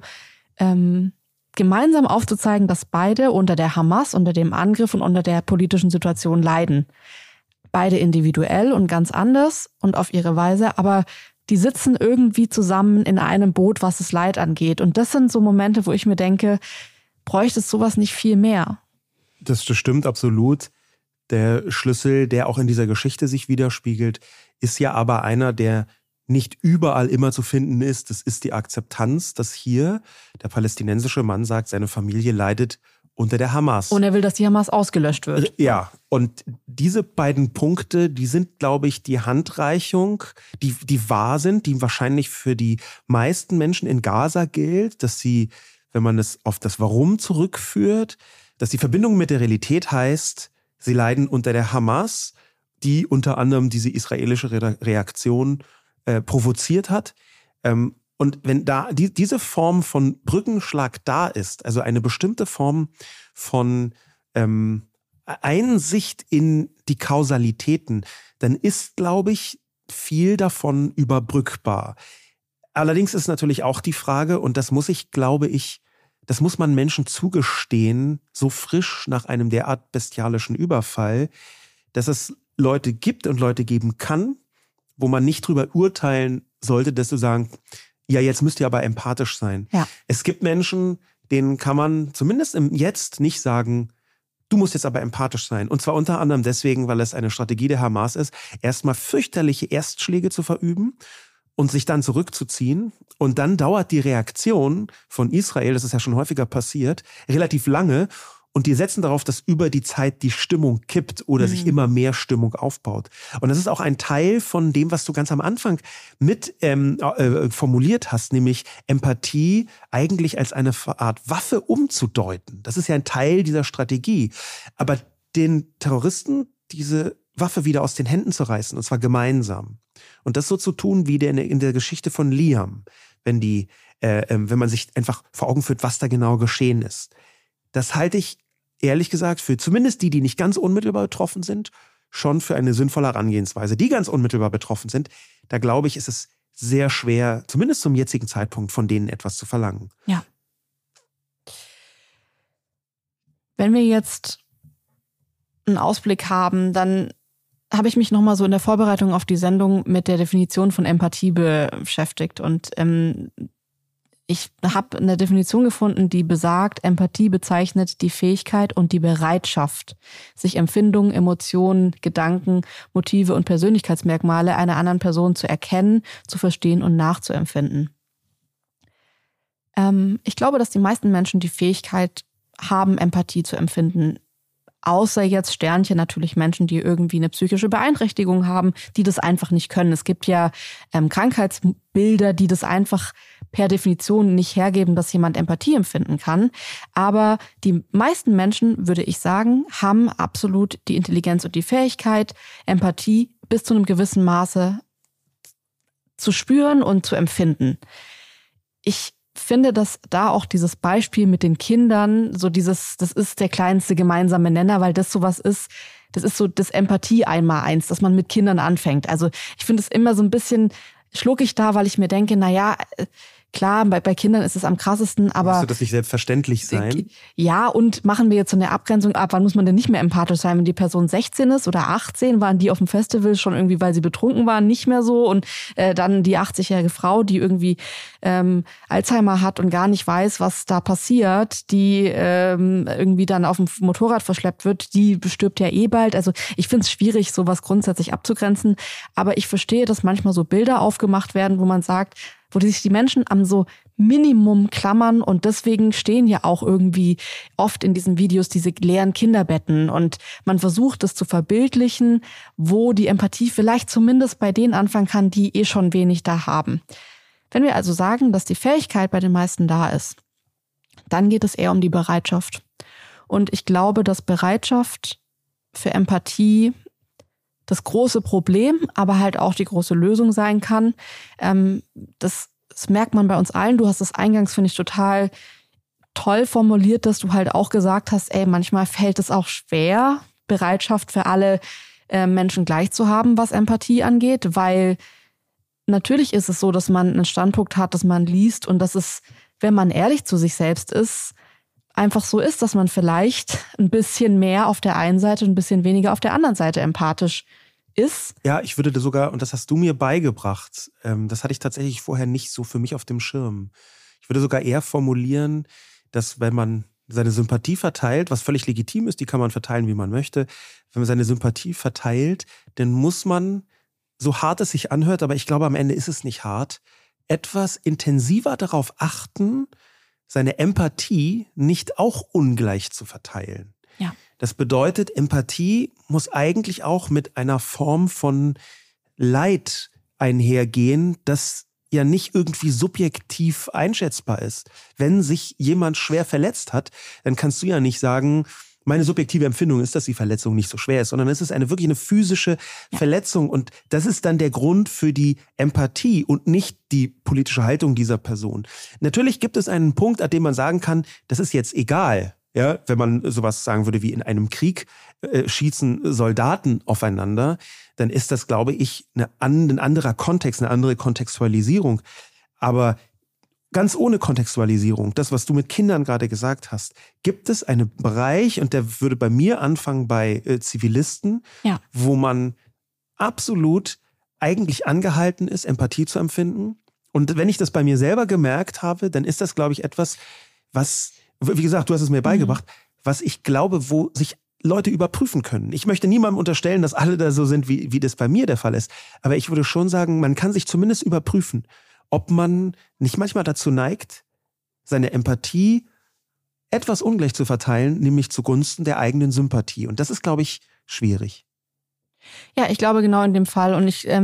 gemeinsam aufzuzeigen, dass beide unter der Hamas, unter dem Angriff und unter der politischen Situation leiden. Beide individuell und ganz anders und auf ihre Weise, aber die sitzen irgendwie zusammen in einem Boot, was das Leid angeht. Und das sind so Momente, wo ich mir denke, bräuchte es sowas nicht viel mehr? Das stimmt absolut. Der Schlüssel, der auch in dieser Geschichte sich widerspiegelt, ist ja aber einer, der nicht überall immer zu finden ist. Das ist die Akzeptanz, dass hier der palästinensische Mann sagt, seine Familie leidet unter der Hamas. Und er will, dass die Hamas ausgelöscht wird. Ja, und diese beiden Punkte, die sind, glaube ich, die Handreichung, die wahr sind, die wahrscheinlich für die meisten Menschen in Gaza gilt, dass sie, wenn man es auf das Warum zurückführt, dass die Verbindung mit der Realität heißt, sie leiden unter der Hamas, die unter anderem diese israelische Reaktion provoziert hat. Und Und wenn da diese Form von Brückenschlag da ist, also eine bestimmte Form von Einsicht in die Kausalitäten, dann ist, glaube ich, viel davon überbrückbar. Allerdings ist natürlich auch die Frage, und das muss das muss man Menschen zugestehen, so frisch nach einem derart bestialischen Überfall, dass es Leute gibt und Leute geben kann, wo man nicht drüber urteilen sollte, dass du sagen, ja, jetzt müsst ihr aber empathisch sein. Ja. Es gibt Menschen, denen kann man zumindest im Jetzt nicht sagen, du musst jetzt aber empathisch sein. Und zwar unter anderem deswegen, weil es eine Strategie der Hamas ist, erstmal fürchterliche Erstschläge zu verüben und sich dann zurückzuziehen. Und dann dauert die Reaktion von Israel, das ist ja schon häufiger passiert, relativ lange. Und die setzen darauf, dass über die Zeit die Stimmung kippt oder sich immer mehr Stimmung aufbaut. Und das ist auch ein Teil von dem, was du ganz am Anfang mit formuliert hast, nämlich Empathie eigentlich als eine Art Waffe umzudeuten. Das ist ja ein Teil dieser Strategie. Aber den Terroristen diese Waffe wieder aus den Händen zu reißen, und zwar gemeinsam. Und das so zu tun wie in der Geschichte von Liam, wenn man sich einfach vor Augen führt, was da genau geschehen ist. Das halte ich ehrlich gesagt für zumindest die nicht ganz unmittelbar betroffen sind, schon für eine sinnvolle Herangehensweise. Die ganz unmittelbar betroffen sind, da glaube ich, ist es sehr schwer, zumindest zum jetzigen Zeitpunkt, von denen etwas zu verlangen. Ja. Wenn wir jetzt einen Ausblick haben, dann habe ich mich nochmal so in der Vorbereitung auf die Sendung mit der Definition von Empathie beschäftigt. Und ich habe eine Definition gefunden, die besagt, Empathie bezeichnet die Fähigkeit und die Bereitschaft, sich Empfindungen, Emotionen, Gedanken, Motive und Persönlichkeitsmerkmale einer anderen Person zu erkennen, zu verstehen und nachzuempfinden. Ich glaube, dass die meisten Menschen die Fähigkeit haben, Empathie zu empfinden. Außer jetzt Sternchen natürlich Menschen, die irgendwie eine psychische Beeinträchtigung haben, die das einfach nicht können. Es gibt ja Krankheitsbilder, die das einfach per Definition nicht hergeben, dass jemand Empathie empfinden kann. Aber die meisten Menschen, würde ich sagen, haben absolut die Intelligenz und die Fähigkeit, Empathie bis zu einem gewissen Maße zu spüren und zu empfinden. Ich finde, dass da auch dieses Beispiel mit den Kindern, so das ist der kleinste gemeinsame Nenner, weil das sowas ist, das ist so das Empathie 1x1, dass man mit Kindern anfängt. Also ich finde es immer so ein bisschen schluckig da, weil ich mir denke, naja, klar, bei Kindern ist es am krassesten, aber... Müsste das nicht selbstverständlich sein? Ja, und machen wir jetzt so eine Abgrenzung ab, wann muss man denn nicht mehr empathisch sein, wenn die Person 16 ist oder 18, waren die auf dem Festival schon irgendwie, weil sie betrunken waren, nicht mehr so und dann die 80-jährige Frau, die irgendwie Alzheimer hat und gar nicht weiß, was da passiert, die irgendwie dann auf dem Motorrad verschleppt wird, die stirbt ja eh bald. Also ich finde es schwierig, sowas grundsätzlich abzugrenzen, aber ich verstehe, dass manchmal so Bilder aufgemacht werden, wo man sagt, wo sich die Menschen am so Minimum klammern und deswegen stehen ja auch irgendwie oft in diesen Videos diese leeren Kinderbetten und man versucht es zu verbildlichen, wo die Empathie vielleicht zumindest bei denen anfangen kann, die eh schon wenig da haben. Wenn wir also sagen, dass die Fähigkeit bei den meisten da ist, dann geht es eher um die Bereitschaft. Und ich glaube, dass Bereitschaft für Empathie das große Problem, aber halt auch die große Lösung sein kann. Das merkt man bei uns allen. Du hast das eingangs, finde ich, total toll formuliert, dass du halt auch gesagt hast, manchmal fällt es auch schwer, Bereitschaft für alle Menschen gleich zu haben, was Empathie angeht, weil natürlich ist es so, dass man einen Standpunkt hat, dass man liest und dass es, wenn man ehrlich zu sich selbst ist, einfach so ist, dass man vielleicht ein bisschen mehr auf der einen Seite und ein bisschen weniger auf der anderen Seite empathisch ist. Ja, ich würde sogar, und das hast du mir beigebracht, das hatte ich tatsächlich vorher nicht so für mich auf dem Schirm. Ich würde sogar eher formulieren, dass wenn man seine Sympathie verteilt, was völlig legitim ist, die kann man verteilen, wie man möchte, wenn man seine Sympathie verteilt, dann muss man, so hart es sich anhört, aber ich glaube, am Ende ist es nicht hart, etwas intensiver darauf achten, seine Empathie nicht auch ungleich zu verteilen. Ja. Das bedeutet, Empathie muss eigentlich auch mit einer Form von Leid einhergehen, das ja nicht irgendwie subjektiv einschätzbar ist. Wenn sich jemand schwer verletzt hat, dann kannst du ja nicht sagen, meine subjektive Empfindung ist, dass die Verletzung nicht so schwer ist, sondern es ist wirklich eine physische Verletzung. Und das ist dann der Grund für die Empathie und nicht die politische Haltung dieser Person. Natürlich gibt es einen Punkt, an dem man sagen kann, das ist jetzt egal. Ja, wenn man sowas sagen würde wie in einem Krieg schießen Soldaten aufeinander, dann ist das, glaube ich, ein anderer Kontext, eine andere Kontextualisierung. Aber ganz ohne Kontextualisierung, das, was du mit Kindern gerade gesagt hast, gibt es einen Bereich, und der würde bei mir anfangen bei Zivilisten, wo man absolut eigentlich angehalten ist, Empathie zu empfinden. Und wenn ich das bei mir selber gemerkt habe, dann ist das, glaube ich, etwas, was, wie gesagt, du hast es mir beigebracht, was ich glaube, wo sich Leute überprüfen können. Ich möchte niemandem unterstellen, dass alle da so sind, wie das bei mir der Fall ist. Aber ich würde schon sagen, man kann sich zumindest überprüfen, ob man nicht manchmal dazu neigt, seine Empathie etwas ungleich zu verteilen, nämlich zugunsten der eigenen Sympathie. Und das ist, glaube ich, schwierig. Ja, ich glaube genau in dem Fall. Und ich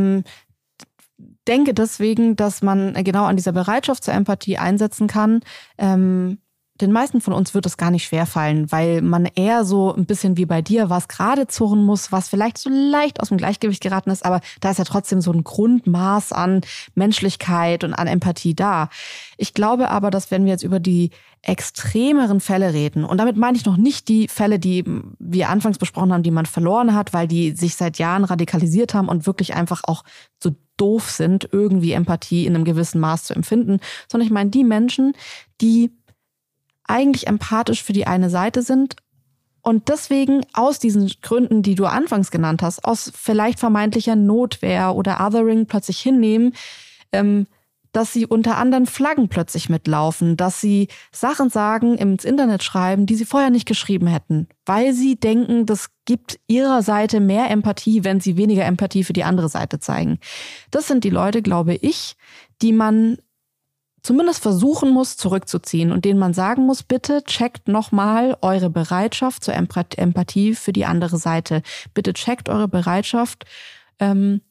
denke deswegen, dass man genau an dieser Bereitschaft zur Empathie einsetzen kann. Den meisten von uns wird es gar nicht schwerfallen, weil man eher so ein bisschen wie bei dir was gerade zurren muss, was vielleicht so leicht aus dem Gleichgewicht geraten ist, aber da ist ja trotzdem so ein Grundmaß an Menschlichkeit und an Empathie da. Ich glaube aber, dass wenn wir jetzt über die extremeren Fälle reden, und damit meine ich noch nicht die Fälle, die wir anfangs besprochen haben, die man verloren hat, weil die sich seit Jahren radikalisiert haben und wirklich einfach auch so doof sind, irgendwie Empathie in einem gewissen Maß zu empfinden, sondern ich meine die Menschen, die eigentlich empathisch für die eine Seite sind und deswegen aus diesen Gründen, die du anfangs genannt hast, aus vielleicht vermeintlicher Notwehr oder Othering plötzlich hinnehmen, dass sie unter anderen Flaggen plötzlich mitlaufen, dass sie Sachen sagen, ins Internet schreiben, die sie vorher nicht geschrieben hätten, weil sie denken, das gibt ihrer Seite mehr Empathie, wenn sie weniger Empathie für die andere Seite zeigen. Das sind die Leute, glaube ich, die man zumindest versuchen muss, zurückzuziehen und denen man sagen muss, bitte checkt nochmal eure Bereitschaft zur Empathie für die andere Seite. Bitte checkt eure Bereitschaft. Ihr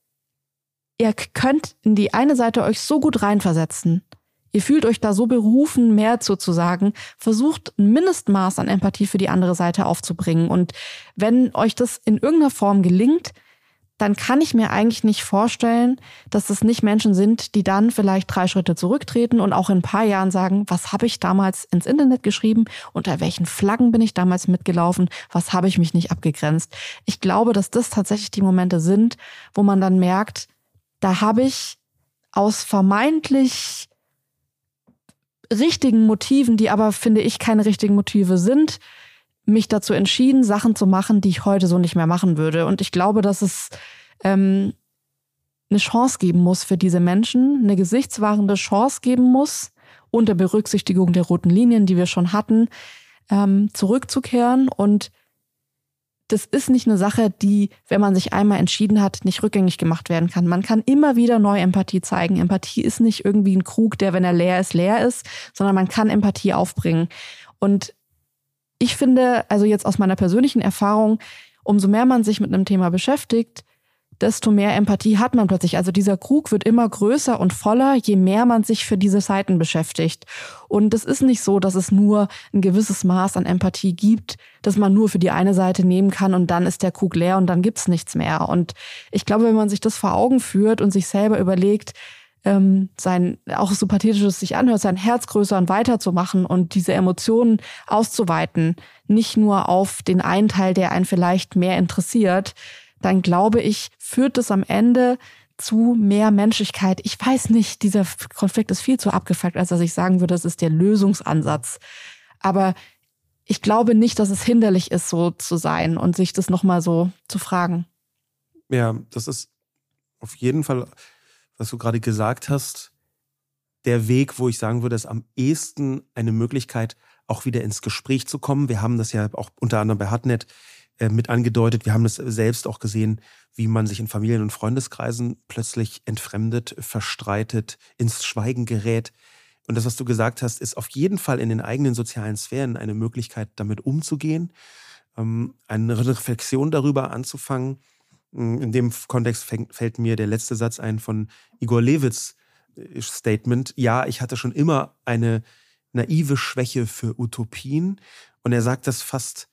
könnt in die eine Seite euch so gut reinversetzen. Ihr fühlt euch da so berufen, mehr zu sagen. Versucht ein Mindestmaß an Empathie für die andere Seite aufzubringen. Und wenn euch das in irgendeiner Form gelingt, dann kann ich mir eigentlich nicht vorstellen, dass das nicht Menschen sind, die dann vielleicht 3 Schritte zurücktreten und auch in ein paar Jahren sagen, was habe ich damals ins Internet geschrieben, unter welchen Flaggen bin ich damals mitgelaufen, was habe ich mich nicht abgegrenzt. Ich glaube, dass das tatsächlich die Momente sind, wo man dann merkt, da habe ich aus vermeintlich richtigen Motiven, die aber, finde ich, keine richtigen Motive sind, mich dazu entschieden, Sachen zu machen, die ich heute so nicht mehr machen würde. Und ich glaube, dass es eine Chance geben muss für diese Menschen, eine gesichtswahrende Chance geben muss, unter Berücksichtigung der roten Linien, die wir schon hatten, zurückzukehren. Und das ist nicht eine Sache, die, wenn man sich einmal entschieden hat, nicht rückgängig gemacht werden kann. Man kann immer wieder neu Empathie zeigen. Empathie ist nicht irgendwie ein Krug, der, wenn er leer ist, sondern man kann Empathie aufbringen. Und ich finde, also jetzt aus meiner persönlichen Erfahrung, umso mehr man sich mit einem Thema beschäftigt, desto mehr Empathie hat man plötzlich. Also dieser Krug wird immer größer und voller, je mehr man sich für diese Seiten beschäftigt. Und es ist nicht so, dass es nur ein gewisses Maß an Empathie gibt, das man nur für die eine Seite nehmen kann und dann ist der Krug leer und dann gibt's nichts mehr. Und ich glaube, wenn man sich das vor Augen führt und sich selber überlegt, auch so pathetisch es sich anhört, sein Herz größer und weiter zu machen und diese Emotionen auszuweiten, nicht nur auf den einen Teil, der einen vielleicht mehr interessiert, dann glaube ich, führt es am Ende zu mehr Menschlichkeit. Ich weiß nicht, dieser Konflikt ist viel zu abgefuckt, als dass ich sagen würde, das ist der Lösungsansatz. Aber ich glaube nicht, dass es hinderlich ist, so zu sein und sich das nochmal so zu fragen. Ja, das ist auf jeden Fall, was du gerade gesagt hast, der Weg, wo ich sagen würde, ist am ehesten eine Möglichkeit, auch wieder ins Gespräch zu kommen. Wir haben das ja auch unter anderem bei Hartnett mit angedeutet. Wir haben das selbst auch gesehen, wie man sich in Familien- und Freundeskreisen plötzlich entfremdet, verstreitet, ins Schweigen gerät. Und das, was du gesagt hast, ist auf jeden Fall in den eigenen sozialen Sphären eine Möglichkeit, damit umzugehen, eine Reflexion darüber anzufangen. In dem Kontext fällt mir der letzte Satz ein von Igor Levits Statement. Ja, ich hatte schon immer eine naive Schwäche für Utopien. Und er sagt das fast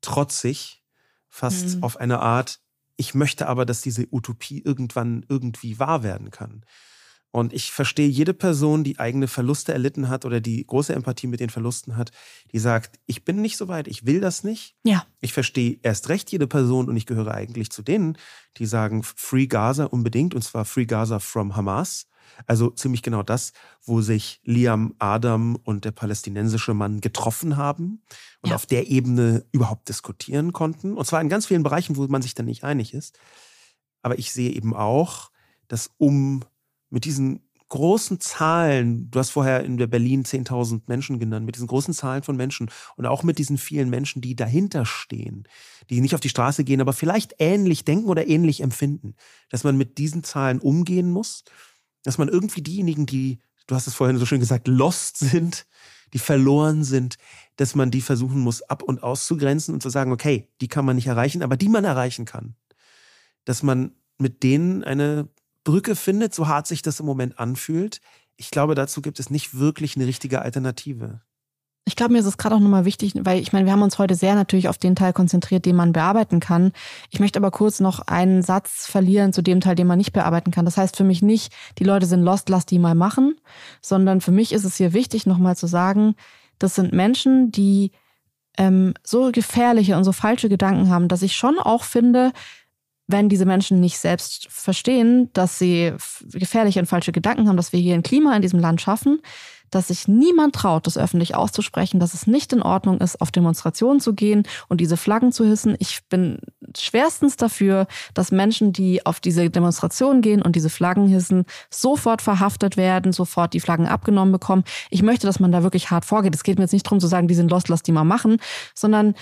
trotzig, fast auf eine Art, ich möchte aber, dass diese Utopie irgendwann irgendwie wahr werden kann. Und ich verstehe jede Person, die eigene Verluste erlitten hat oder die große Empathie mit den Verlusten hat, die sagt, ich bin nicht so weit, ich will das nicht. Ja. Ich verstehe erst recht jede Person und ich gehöre eigentlich zu denen, die sagen, Free Gaza unbedingt, und zwar Free Gaza from Hamas. Also ziemlich genau das, wo sich Liam Adam und der palästinensische Mann getroffen haben und auf der Ebene überhaupt diskutieren konnten. Und zwar in ganz vielen Bereichen, wo man sich dann nicht einig ist. Aber ich sehe eben auch, dass mit diesen großen Zahlen, du hast vorher in der Berlin 10.000 Menschen genannt, mit diesen großen Zahlen von Menschen und auch mit diesen vielen Menschen, die dahinter stehen, die nicht auf die Straße gehen, aber vielleicht ähnlich denken oder ähnlich empfinden, dass man mit diesen Zahlen umgehen muss, dass man irgendwie diejenigen, die, du hast es vorhin so schön gesagt, lost sind, die verloren sind, dass man die versuchen muss, ab- und auszugrenzen und zu sagen, okay, die kann man nicht erreichen, aber die man erreichen kann. Dass man mit denen eine Brücke findet, so hart sich das im Moment anfühlt. Ich glaube, dazu gibt es nicht wirklich eine richtige Alternative. Ich glaube, mir ist es gerade auch nochmal wichtig, weil ich meine, wir haben uns heute sehr natürlich auf den Teil konzentriert, den man bearbeiten kann. Ich möchte aber kurz noch einen Satz verlieren zu dem Teil, den man nicht bearbeiten kann. Das heißt für mich nicht, die Leute sind lost, lass die mal machen, sondern für mich ist es hier wichtig, nochmal zu sagen, das sind Menschen, die so gefährliche und so falsche Gedanken haben, dass ich schon auch finde, wenn diese Menschen nicht selbst verstehen, dass sie gefährliche und falsche Gedanken haben, dass wir hier ein Klima in diesem Land schaffen, dass sich niemand traut, das öffentlich auszusprechen, dass es nicht in Ordnung ist, auf Demonstrationen zu gehen und diese Flaggen zu hissen. Ich bin schwerstens dafür, dass Menschen, die auf diese Demonstrationen gehen und diese Flaggen hissen, sofort verhaftet werden, sofort die Flaggen abgenommen bekommen. Ich möchte, dass man da wirklich hart vorgeht. Es geht mir jetzt nicht darum zu sagen, die sind lost, lass die mal machen, sondern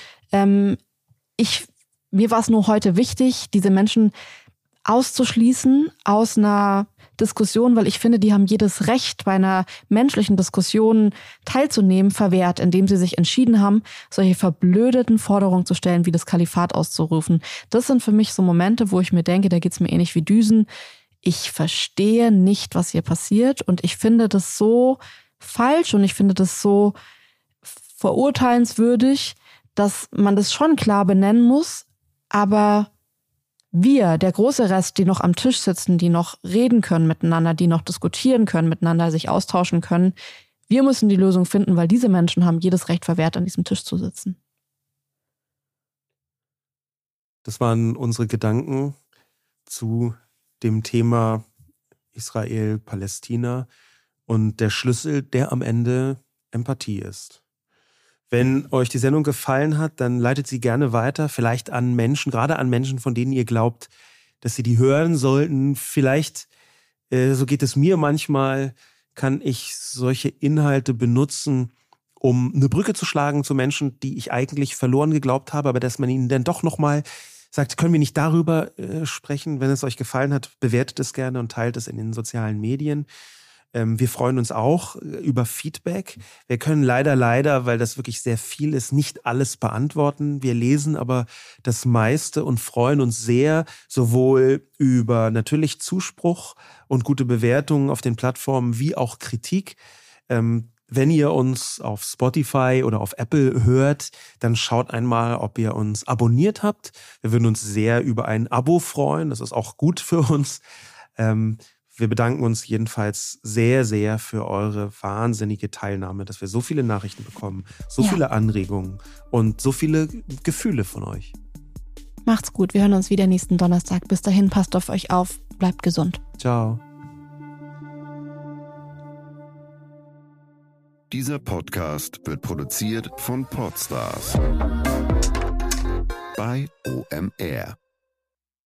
mir war es nur heute wichtig, diese Menschen auszuschließen aus einer Diskussion, weil ich finde, die haben jedes Recht, bei einer menschlichen Diskussion teilzunehmen, verwehrt, indem sie sich entschieden haben, solche verblödeten Forderungen zu stellen, wie das Kalifat auszurufen. Das sind für mich so Momente, wo ich mir denke, da geht's mir ähnlich wie Düsen. Ich verstehe nicht, was hier passiert, und ich finde das so falsch und ich finde das so verurteilenswürdig, dass man das schon klar benennen muss, aber wir, der große Rest, die noch am Tisch sitzen, die noch reden können miteinander, die noch diskutieren können miteinander, sich austauschen können, wir müssen die Lösung finden, weil diese Menschen haben jedes Recht verwehrt, an diesem Tisch zu sitzen. Das waren unsere Gedanken zu dem Thema Israel, Palästina und der Schlüssel, der am Ende Empathie ist. Wenn euch die Sendung gefallen hat, dann leitet sie gerne weiter, vielleicht an Menschen, gerade an Menschen, von denen ihr glaubt, dass sie die hören sollten. Vielleicht, so geht es mir manchmal, kann ich solche Inhalte benutzen, um eine Brücke zu schlagen zu Menschen, die ich eigentlich verloren geglaubt habe, aber dass man ihnen dann doch nochmal sagt, können wir nicht darüber sprechen? Wenn es euch gefallen hat, bewertet es gerne und teilt es in den sozialen Medien. Wir freuen uns auch über Feedback. Wir können leider, weil das wirklich sehr viel ist, nicht alles beantworten. Wir lesen aber das meiste und freuen uns sehr, sowohl über natürlich Zuspruch und gute Bewertungen auf den Plattformen wie auch Kritik. Wenn ihr uns auf Spotify oder auf Apple hört, dann schaut einmal, ob ihr uns abonniert habt. Wir würden uns sehr über ein Abo freuen. Das ist auch gut für uns. Wir bedanken uns jedenfalls sehr, sehr für eure wahnsinnige Teilnahme, dass wir so viele Nachrichten bekommen, so viele Anregungen und so viele Gefühle von euch. Macht's gut, wir hören uns wieder nächsten Donnerstag. Bis dahin, passt auf euch auf, bleibt gesund. Ciao. Dieser Podcast wird produziert von Podstars bei OMR.